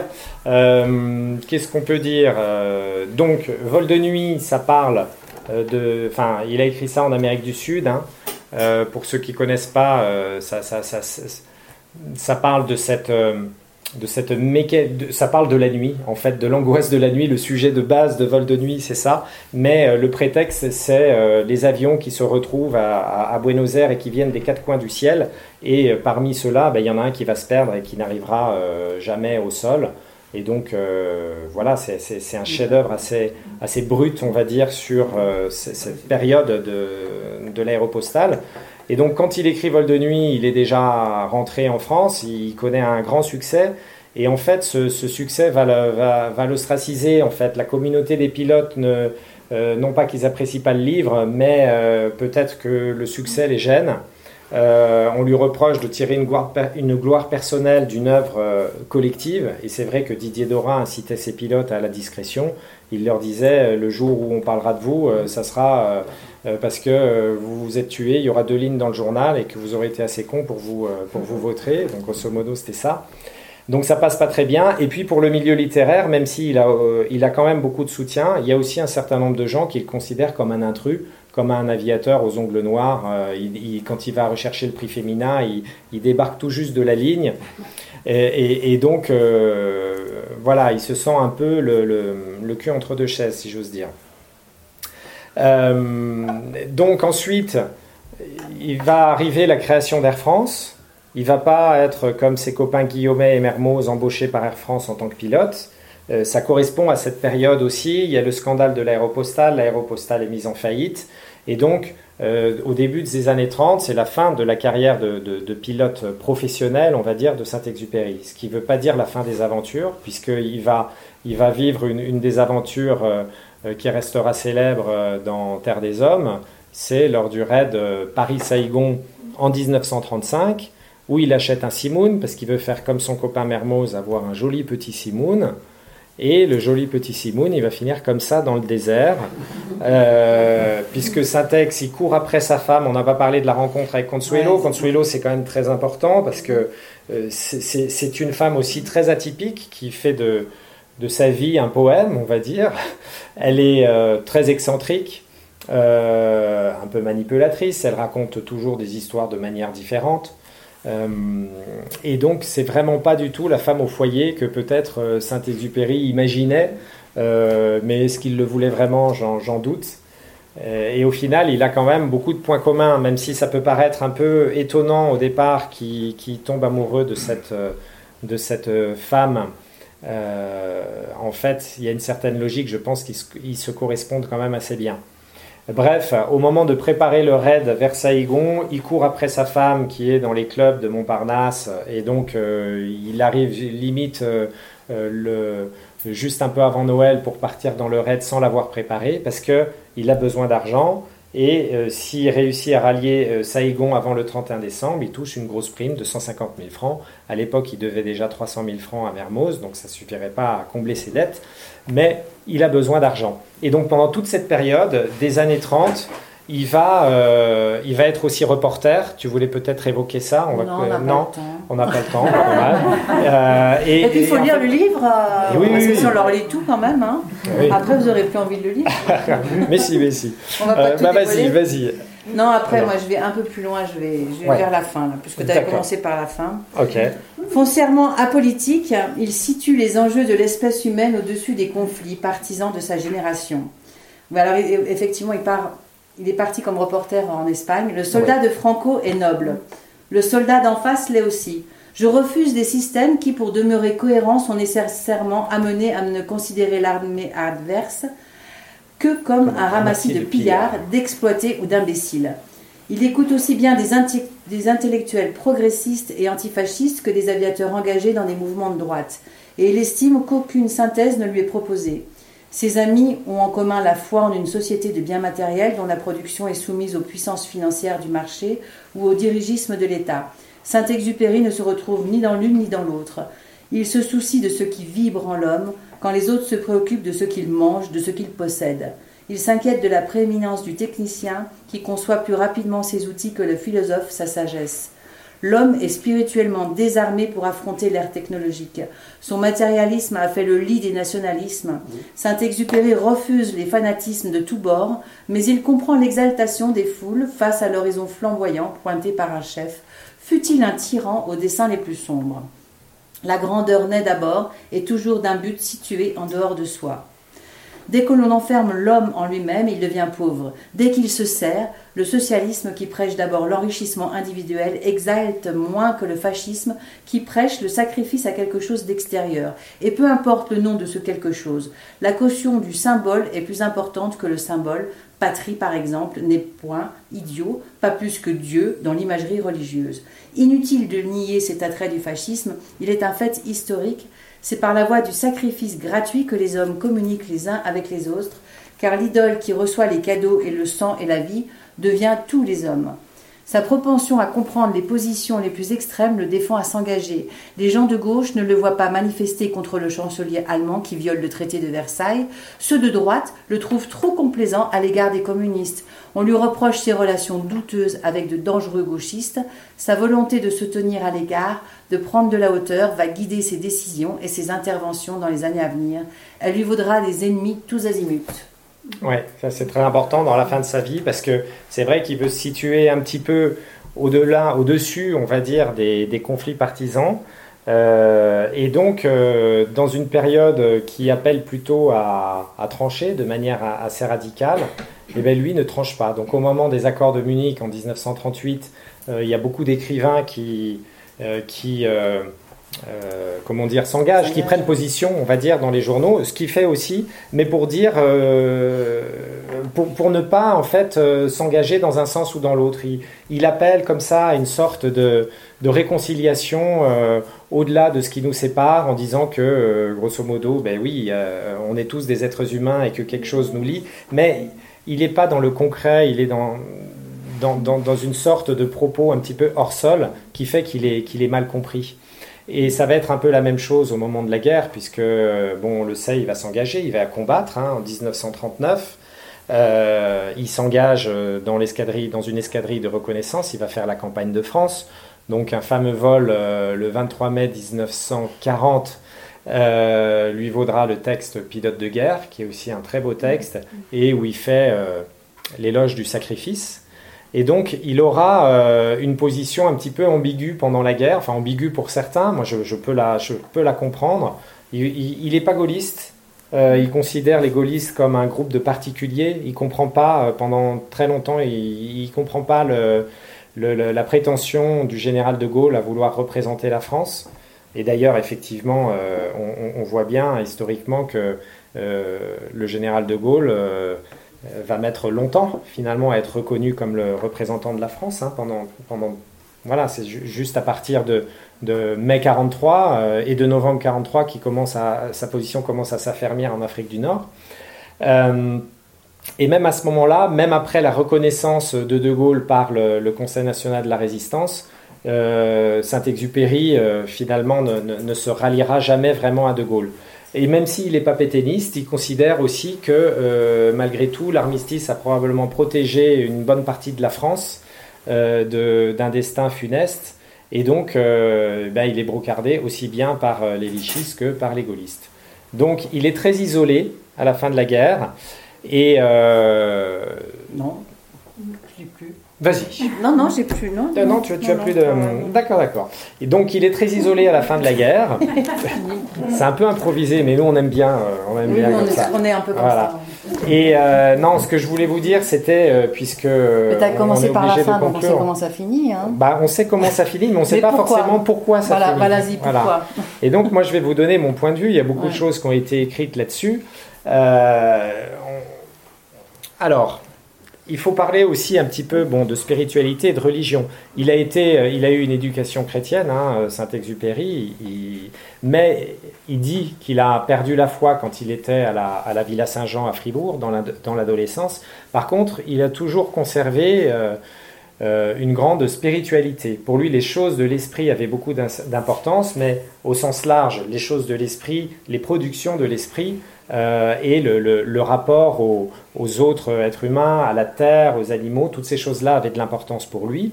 Euh, qu'est-ce qu'on peut dire euh, Donc, Vol de nuit, ça parle euh, de... Enfin, il a écrit ça en Amérique du Sud. Hein. Euh, pour ceux qui ne connaissent pas, euh, ça, ça, ça, ça, ça parle de cette... Euh, de cette méca... de... ça parle de la nuit, en fait, de l'angoisse de la nuit. Le sujet de base de Vol de nuit, c'est ça. Mais euh, le prétexte, c'est euh, les avions qui se retrouvent à, à, à Buenos Aires et qui viennent des quatre coins du ciel. Et euh, parmi ceux-là, ben, y en a un qui va se perdre et qui n'arrivera euh, jamais au sol. Et donc, euh, voilà, c'est, c'est, c'est un chef-d'œuvre assez, assez brut, on va dire, sur euh, cette période de, de l'aéropostale. Et donc, quand il écrit Vol de nuit, il est déjà rentré en France, il connaît un grand succès. Et en fait, ce, ce succès va, le, va, va l'ostraciser. En fait, la communauté des pilotes, ne, euh, non pas qu'ils apprécient pas le livre, mais euh, peut-être que le succès les gêne. Euh, on lui reproche de tirer une gloire, une gloire personnelle d'une œuvre euh, collective. Et c'est vrai que Didier Dora incitait ses pilotes à la discrétion. Il leur disait, le jour où on parlera de vous, euh, ça sera... Euh, parce que euh, vous vous êtes tué, il y aura deux lignes dans le journal et que vous aurez été assez con pour vous, euh, pour vous vautrer. Donc, grosso modo, c'était ça. Donc, ça passe pas très bien. Et puis, pour le milieu littéraire, même s'il a, euh, il a quand même beaucoup de soutien, il y a aussi un certain nombre de gens qui le considèrent comme un intrus, comme un aviateur aux ongles noirs. Euh, il, il, quand il va rechercher le prix Femina, il, il débarque tout juste de la ligne. Et, et, et donc, euh, voilà, il se sent un peu le, le, le cul entre deux chaises, si j'ose dire. Euh, donc ensuite, il va arriver la création d'Air France. Il ne va pas être comme ses copains Guillaumet et Mermoz embauchés par Air France en tant que pilote. Euh, ça correspond à cette période aussi. Il y a le scandale de l'aéropostale. L'aéropostale est mise en faillite. Et donc, euh, au début de ces années trente, c'est la fin de la carrière de, de, de pilote professionnel, on va dire, de Saint-Exupéry. Ce qui ne veut pas dire la fin des aventures, puisqu'il va, il va vivre une, une des aventures... Euh, qui restera célèbre dans Terre des Hommes, c'est lors du raid Paris-Saïgon en dix-neuf cent trente-cinq, où il achète un Simoun, parce qu'il veut faire comme son copain Mermoz, avoir un joli petit Simoun. Et le joli petit Simoun, il va finir comme ça dans le désert, euh, puisque Syntex, il court après sa femme. On n'a pas parlé de la rencontre avec Consuelo. Ouais, Consuelo, c'est quand même très important, parce que euh, c'est, c'est, c'est une femme aussi très atypique, qui fait de, de sa vie un poème, on va dire. Elle est euh, très excentrique, euh, un peu manipulatrice. Elle raconte toujours des histoires de manière différente. Euh, et donc c'est vraiment pas du tout la femme au foyer que peut-être euh, Saint-Exupéry imaginait, euh, mais est-ce qu'il le voulait vraiment, j'en, j'en doute. Euh, et au final il a quand même beaucoup de points communs, même si ça peut paraître un peu étonnant au départ qu'il, qu'il tombe amoureux de cette, de cette femme. Euh, en fait il y a une certaine logique, je pense qu'ils se, ils se correspondent quand même assez bien. Bref, au moment de préparer le raid vers Saïgon, il court après sa femme qui est dans les clubs de Montparnasse, et donc euh, il arrive limite euh, le, juste un peu avant Noël pour partir dans le raid sans l'avoir préparé, parce qu'il a besoin d'argent, et euh, s'il réussit à rallier euh, Saïgon avant le trente et un décembre, il touche une grosse prime de cent cinquante mille francs. À l'époque, il devait déjà trois cent mille francs à Mermoz, donc ça ne suffirait pas à combler ses dettes, mais il a besoin d'argent. Et donc pendant toute cette période, des années trente, il va, euh, il va être aussi reporter. Tu voulais peut-être évoquer ça? On va, non, on n'a non, pas le temps. On n'a pas le temps, pas mal. Euh, et, et puis il faut et lire fait... le livre, euh, oui, parce oui, que oui. si on leur lit tout quand même, hein. Oui. Après vous n'aurez plus envie de le lire. mais si, mais si. On va pas euh, tout bah, dévoiler. vas-y, vas-y. Non, après, Alors. moi, je vais un peu plus loin, je vais, je vais Ouais. vers la fin, là, puisque tu avais commencé par la fin. Ok. Foncièrement apolitique, il situe les enjeux de l'espèce humaine au-dessus des conflits partisans de sa génération. Mais alors, effectivement, il, part, il est parti comme reporter en Espagne. Le soldat ouais. de Franco est noble. Le soldat d'en face l'est aussi. Je refuse des systèmes qui, pour demeurer cohérents, sont nécessairement amenés à ne considérer l'armée adverse que comme, comme un ramassis de, de pillards, pillards, d'exploités ou d'imbéciles. Il écoute aussi bien des, inti- des intellectuels progressistes et antifascistes que des aviateurs engagés dans des mouvements de droite. Et il estime qu'aucune synthèse ne lui est proposée. Ses amis ont en commun la foi en une société de biens matériels dont la production est soumise aux puissances financières du marché ou au dirigisme de l'État. Saint-Exupéry ne se retrouve ni dans l'une ni dans l'autre. Il se soucie de ce qui vibre en l'homme, quand les autres se préoccupent de ce qu'il mange, de ce qu'il possède. Il s'inquiète de la prééminence du technicien qui conçoit plus rapidement ses outils que le philosophe sa sagesse. L'homme est spirituellement désarmé pour affronter l'ère technologique. Son matérialisme a fait le lit des nationalismes. Saint-Exupéry refuse les fanatismes de tous bords, mais il comprend l'exaltation des foules face à l'horizon flamboyant pointé par un chef, fût-il un tyran aux desseins les plus sombres. La grandeur naît d'abord et toujours d'un but situé en dehors de soi. Dès que l'on enferme l'homme en lui-même, il devient pauvre. Dès qu'il se sert, le socialisme qui prêche d'abord l'enrichissement individuel exalte moins que le fascisme qui prêche le sacrifice à quelque chose d'extérieur. Et peu importe le nom de ce quelque chose, la caution du symbole est plus importante que le symbole. Patrie, par exemple, n'est point idiot, pas plus que Dieu dans l'imagerie religieuse. Inutile de nier cet attrait du fascisme, il est un fait historique. C'est par la voie du sacrifice gratuit que les hommes communiquent les uns avec les autres, car l'idole qui reçoit les cadeaux et le sang et la vie devient tous les hommes. Sa propension à comprendre les positions les plus extrêmes le défend à s'engager. Les gens de gauche ne le voient pas manifester contre le chancelier allemand qui viole le traité de Versailles. Ceux de droite le trouvent trop complaisant à l'égard des communistes. On lui reproche ses relations douteuses avec de dangereux gauchistes. Sa volonté de se tenir à l'égard, de prendre de la hauteur, va guider ses décisions et ses interventions dans les années à venir. Elle lui vaudra des ennemis tous azimuts. Oui, ça c'est très important dans la fin de sa vie, parce que c'est vrai qu'il veut se situer un petit peu au-delà, au-dessus, on va dire, des, des conflits partisans. Euh, et donc, euh, dans une période qui appelle plutôt à, à trancher de manière assez radicale, eh bien, lui ne tranche pas. Donc, au moment des accords de Munich en dix-neuf cent trente-huit, euh, il y a beaucoup d'écrivains qui... Euh, qui euh, Euh, comment dire, s'engagent, qui prennent position, on va dire, dans les journaux, ce qu'il fait aussi, mais pour dire, euh, pour, pour ne pas en fait euh, s'engager dans un sens ou dans l'autre. Il, il appelle comme ça à une sorte de, de réconciliation euh, au-delà de ce qui nous sépare, en disant que, euh, grosso modo, ben oui, euh, on est tous des êtres humains et que quelque chose nous lie, mais il n'est pas dans le concret, il est dans, dans, dans, dans une sorte de propos un petit peu hors sol qui fait qu'il est, qu'il est mal compris. Et ça va être un peu la même chose au moment de la guerre, puisque, bon, on le sait, il va s'engager, il va combattre hein, en dix-neuf cent trente-neuf. Euh, il s'engage dans, l'escadrille, dans une escadrille de reconnaissance, il va faire la campagne de France. Donc un fameux vol euh, le vingt-trois mai dix-neuf cent quarante euh, lui vaudra le texte Pilote de guerre, qui est aussi un très beau texte, et où il fait euh, l'éloge du sacrifice. Et donc, il aura euh, une position un petit peu ambiguë pendant la guerre, enfin ambiguë pour certains, moi je, je, peux, la, je peux la comprendre. Il n'est pas gaulliste, euh, il considère les gaullistes comme un groupe de particuliers, il ne comprend pas, euh, pendant très longtemps, il ne comprend pas le, le, le, la prétention du général de Gaulle à vouloir représenter la France. Et d'ailleurs, effectivement, euh, on, on voit bien historiquement que euh, le général de Gaulle... Euh, va mettre longtemps finalement à être reconnu comme le représentant de la France hein, pendant, pendant voilà c'est ju- juste à partir de, de mai quarante-trois euh, et de novembre quarante-trois qui commence à, sa position commence à s'affermir en Afrique du Nord euh, et même à ce moment-là, même après la reconnaissance de De Gaulle par le, le Conseil national de la résistance, euh, Saint-Exupéry euh, finalement ne, ne, ne se ralliera jamais vraiment à De Gaulle. Et même s'il n'est pas pétainiste, il considère aussi que, euh, malgré tout, l'armistice a probablement protégé une bonne partie de la France euh, de, d'un destin funeste. Et donc, euh, ben, il est brocardé aussi bien par euh, les vichistes que par les gaullistes. Donc, il est très isolé à la fin de la guerre. Et... Euh... Non, je l'ai plus. Vas-y. Non, non, j'ai plus. Non, non, non tu, tu non, as plus de... Non. D'accord, d'accord. Et donc, il est très isolé à la fin de la guerre. C'est un peu improvisé, mais nous, on aime bien, euh, on aime oui, bien on comme est, ça. On est un peu comme voilà. ça. Et euh, non, ce que je voulais vous dire, c'était, euh, puisque... Mais tu as commencé par la fin, donc conclure, on sait comment ça finit. Hein. Bah, on sait comment ça finit, mais on ne sait pas pourquoi forcément pourquoi ça voilà, finit. Voilà-y, pourquoi. Voilà. Et donc, moi, je vais vous donner mon point de vue. Il y a beaucoup ouais. de choses qui ont été écrites là-dessus. Euh, on... Alors... Il faut parler aussi un petit peu bon, de spiritualité et de religion. Il a, été, il a eu une éducation chrétienne, hein, Saint-Exupéry, il, mais il dit qu'il a perdu la foi quand il était à la, à la Villa Saint-Jean à Fribourg, dans, la, dans l'adolescence. Par contre, il a toujours conservé euh, euh, une grande spiritualité. Pour lui, les choses de l'esprit avaient beaucoup d'importance, mais au sens large, les choses de l'esprit, les productions de l'esprit, Euh, et le, le, le rapport aux, aux autres êtres humains, à la terre, aux animaux, toutes ces choses-là avaient de l'importance pour lui.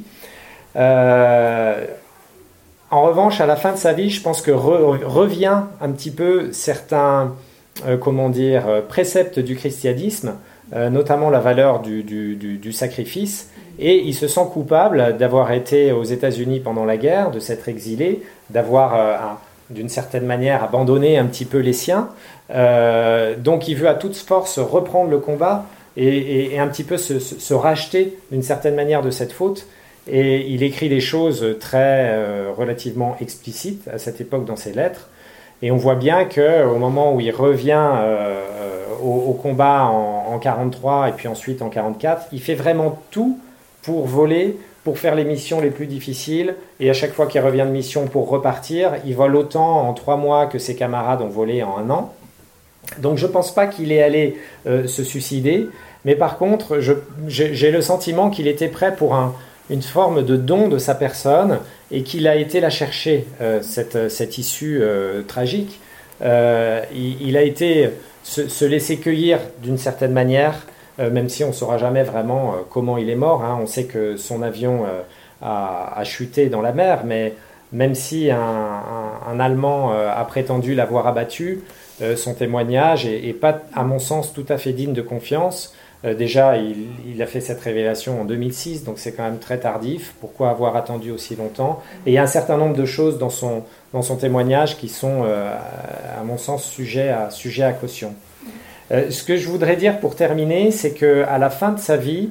Euh, en revanche, à la fin de sa vie, je pense que re, revient un petit peu certains, euh, comment dire, préceptes du christianisme, euh, notamment la valeur du, du, du, du sacrifice, et il se sent coupable d'avoir été aux États-Unis pendant la guerre, de s'être exilé, d'avoir euh, un d'une certaine manière abandonner un petit peu les siens. Euh, donc il veut à toute force reprendre le combat et, et, et un petit peu se, se, se racheter d'une certaine manière de cette faute. Et il écrit des choses très euh, relativement explicites à cette époque dans ses lettres. Et on voit bien qu'au moment où il revient euh, au, au combat en, en quarante-trois et puis ensuite en quarante-quatre, il fait vraiment tout pour voler, pour faire les missions les plus difficiles, et à chaque fois qu'il revient de mission pour repartir, il vole autant en trois mois que ses camarades ont volé en un an. Donc je ne pense pas qu'il est allé euh, se suicider, mais par contre, je, j'ai, j'ai le sentiment qu'il était prêt pour un, une forme de don de sa personne, et qu'il a été la chercher, euh, cette, cette issue euh, tragique. Euh, il, il a été se, se laisser cueillir d'une certaine manière, Euh, même si on ne saura jamais vraiment euh, comment il est mort. Hein. On sait que son avion euh, a, a chuté dans la mer, mais même si un, un, un Allemand euh, a prétendu l'avoir abattu, euh, son témoignage est, est pas, à mon sens, tout à fait digne de confiance. Euh, déjà, il, il a fait cette révélation en deux mille six, donc c'est quand même très tardif. Pourquoi avoir attendu aussi longtemps ? Et il y a un certain nombre de choses dans son, dans son témoignage qui sont, euh, à mon sens, sujets à, sujets à caution. Euh, ce que je voudrais dire pour terminer, c'est qu'à la fin de sa vie,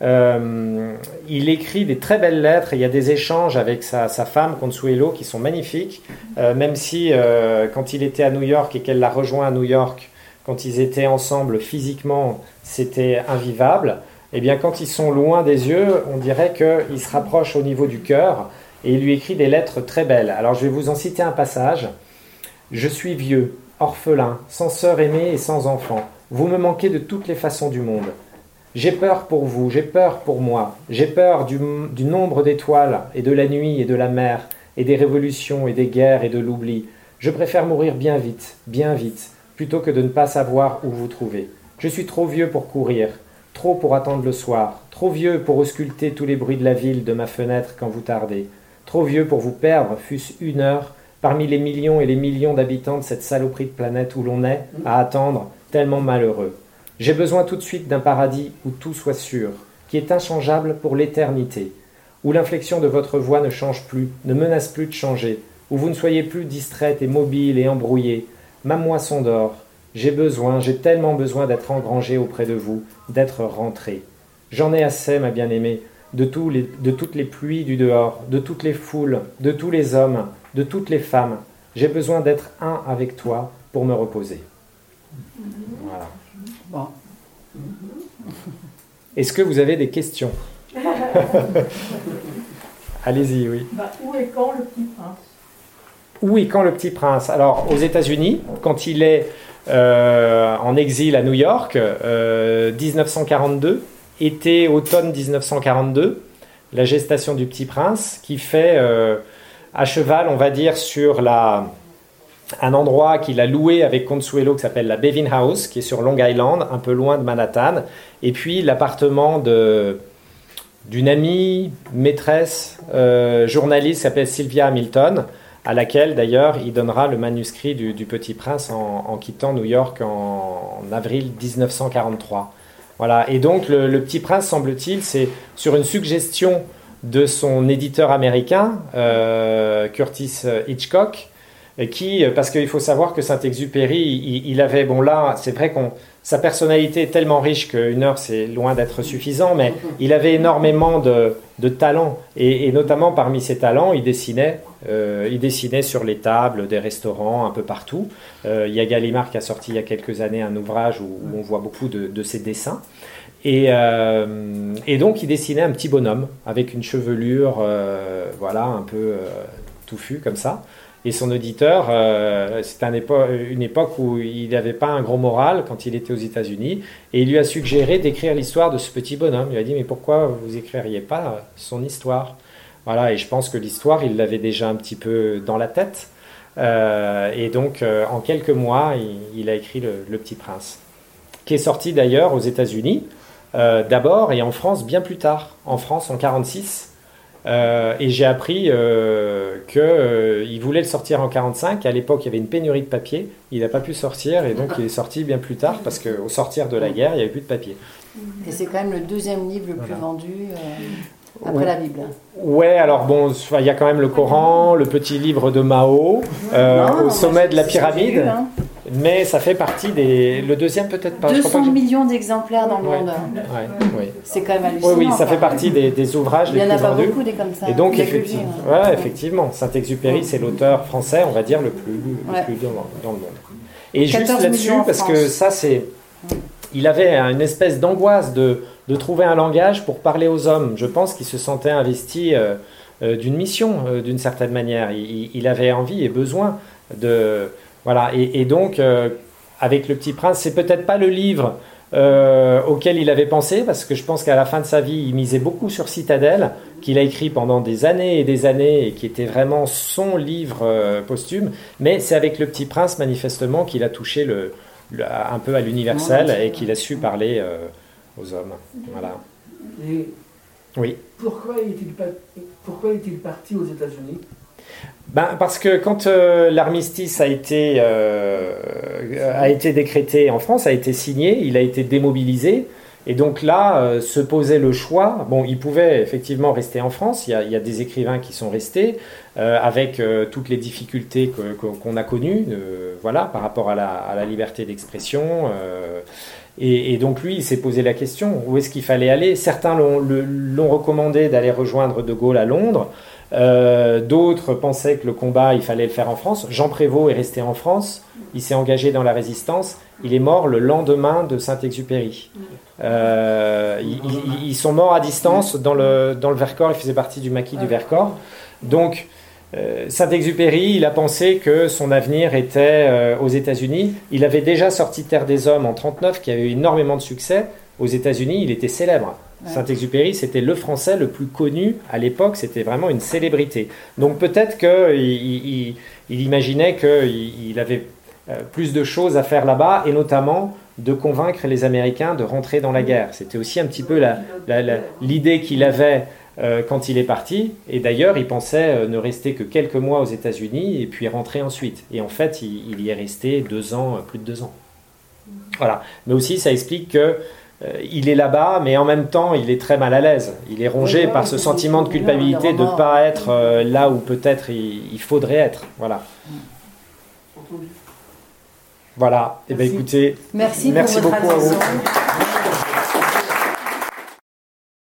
euh, il écrit des très belles lettres. Il y a des échanges avec sa, sa femme, Consuelo, qui sont magnifiques. Euh, même si, euh, quand il était à New York et qu'elle l'a rejoint à New York, quand ils étaient ensemble physiquement, c'était invivable. Eh bien, quand ils sont loin des yeux, on dirait qu'ils se rapprochent au niveau du cœur. Et il lui écrit des lettres très belles. Alors, je vais vous en citer un passage. « Je suis vieux, orphelin, sans sœur aimée et sans enfant. Vous me manquez de toutes les façons du monde. J'ai peur pour vous, j'ai peur pour moi. J'ai peur du, du nombre d'étoiles et de la nuit et de la mer. et des révolutions et des guerres et de l'oubli. Je préfère mourir bien vite, bien vite, plutôt que de ne pas savoir où vous trouver. Je suis trop vieux pour courir, trop pour attendre le soir, trop vieux pour ausculter tous les bruits de la ville de ma fenêtre quand vous tardez, trop vieux pour vous perdre, fût-ce une heure, parmi les millions et les millions d'habitants de cette saloperie de planète où l'on est, à attendre, tellement malheureux. J'ai besoin tout de suite d'un paradis où tout soit sûr, qui est inchangeable pour l'éternité, où l'inflexion de votre voix ne change plus, ne menace plus de changer, où vous ne soyez plus distraite et mobile et embrouillée. Ma moisson d'or, j'ai besoin, j'ai tellement besoin d'être engrangé auprès de vous, d'être rentré. J'en ai assez, ma bien-aimée, de, tous les, de toutes les pluies du dehors, de toutes les foules, de tous les hommes, de toutes les femmes. J'ai besoin d'être un avec toi pour me reposer. Voilà. Bon. Est-ce que vous avez des questions? Allez-y, oui. Bah, où est quand le Petit Prince? Où est quand le Petit Prince? Alors, aux États-Unis, quand il est euh, en exil à New York, euh, dix-neuf cent quarante-deux, été, automne dix-neuf cent quarante-deux, la gestation du Petit Prince, qui fait euh, à cheval, on va dire, sur la, un endroit qu'il a loué avec Consuelo, qui s'appelle la Bevin House, qui est sur Long Island, un peu loin de Manhattan, et puis l'appartement de... d'une amie, maîtresse, euh, journaliste qui s'appelle Sylvia Hamilton, à laquelle d'ailleurs il donnera le manuscrit du, du Petit Prince en, en quittant New York en, en avril dix-neuf cent quarante-trois. Voilà. Et donc le, le Petit Prince, semble-t-il, c'est sur une suggestion de son éditeur américain, euh, Curtis Hitchcock, qui, parce qu'il faut savoir que Saint-Exupéry, il, il avait, bon là, c'est vrai qu'on sa personnalité est tellement riche qu'une heure, c'est loin d'être suffisant, mais il avait énormément de, de talents. Et, et notamment, parmi ses talents, il dessinait, euh, il dessinait sur les tables des restaurants, un peu partout. Euh, il y a Gallimard qui a sorti il y a quelques années un ouvrage où, où on voit beaucoup de, de ses dessins. Et, euh, et donc, il dessinait un petit bonhomme avec une chevelure, euh, voilà, un peu euh, touffue comme ça. Et son auditeur, euh, c'était un épo- une époque où il n'avait pas un gros moral quand il était aux États-Unis, et il lui a suggéré d'écrire l'histoire de ce petit bonhomme. Il lui a dit, mais pourquoi vous écririez pas son histoire? Voilà, et je pense que l'histoire, il l'avait déjà un petit peu dans la tête. Euh, et donc, euh, en quelques mois, il, il a écrit le, le Petit Prince, qui est sorti d'ailleurs aux États-Unis, euh, d'abord, et en France bien plus tard. En France, en quarante-six. Euh, et j'ai appris euh, qu'il euh, voulait le sortir en quarante-cinq. À l'époque, il y avait une pénurie de papier. Il n'a pas pu sortir et donc il est sorti bien plus tard parce qu'au sortir de la guerre, il n'y avait plus de papier. Et c'est quand même le deuxième livre le plus voilà. vendu euh, après ouais. la Bible. Ouais, alors bon, il y a quand même le Coran, le petit livre de Mao, euh, non, au non, sommet de la pyramide. Vu, hein. Mais ça fait partie des... Le deuxième, peut-être pas. deux cents je millions d'exemplaires dans le ouais. monde. Ouais. Oui. C'est quand même hallucinant. Oui, oui, ça fait partie des, des ouvrages les plus vendus. Il n'y en a pas beaucoup des comme ça. Et donc, effectivement, hein. ouais, effectivement, Saint-Exupéry, ouais. c'est l'auteur français, on va dire, le plus lu ouais. le plus dans, dans le monde. Et juste là-dessus, parce France. que ça, c'est... Il avait une espèce d'angoisse de, de trouver un langage pour parler aux hommes. Je pense qu'il se sentait investi euh, euh, d'une mission, euh, d'une certaine manière. Il, il avait envie et besoin de... Voilà, et, et donc, euh, avec Le Petit Prince, c'est peut-être pas le livre euh, auquel il avait pensé, parce que je pense qu'à la fin de sa vie, il misait beaucoup sur Citadelle, qu'il a écrit pendant des années et des années, et qui était vraiment son livre euh, posthume, mais c'est avec Le Petit Prince, manifestement, qu'il a touché le, le, un peu à l'universel, et qu'il a su parler euh, aux hommes. Voilà. Et oui. Pourquoi est-il, pourquoi est-il parti aux États-Unis ? Ben, parce que quand euh, l'armistice a été, euh, a été décrété en France, a été signé, il a été démobilisé. Et donc là, euh, se posait le choix. Bon, il pouvait effectivement rester en France. Il y a, il y a des écrivains qui sont restés euh, avec euh, toutes les difficultés que, que, qu'on a connues, euh, voilà, par rapport à la, à la liberté d'expression. Euh, et, et donc lui, il s'est posé la question, où est-ce qu'il fallait aller ? Certains l'ont, le, l'ont recommandé d'aller rejoindre De Gaulle à Londres. Euh, d'autres pensaient que le combat, il fallait le faire en France. Jean Prévost est resté en France. Il s'est engagé dans la résistance. Il est mort le lendemain de Saint-Exupéry. Euh, ils, ils, ils sont morts à distance dans le, dans le Vercors. Il faisait partie du maquis du Vercors. Donc, euh, Saint-Exupéry, il a pensé que son avenir était euh, aux États-Unis. Il avait déjà sorti Terre des Hommes en trente-neuf, qui avait eu énormément de succès. Aux États-Unis, il était célèbre. Ouais. Saint-Exupéry, c'était le Français le plus connu à l'époque, c'était vraiment une célébrité. Donc peut-être qu'il il, il imaginait qu'il il avait plus de choses à faire là-bas, et notamment de convaincre les Américains de rentrer dans la guerre. C'était aussi un petit peu la, la, la, l'idée qu'il avait euh, quand il est parti, et d'ailleurs il pensait euh, ne rester que quelques mois aux États-Unis et puis rentrer ensuite. Et en fait, il, il y est resté deux ans, plus de deux ans. Voilà. Mais aussi, ça explique que euh, il est là-bas, mais en même temps, il est très mal à l'aise. Il est rongé par ce sentiment de culpabilité de ne pas être euh, là où peut-être il, il faudrait être. Voilà. Voilà. Et eh bien, écoutez, merci, merci pour votre beaucoup attention. à vous.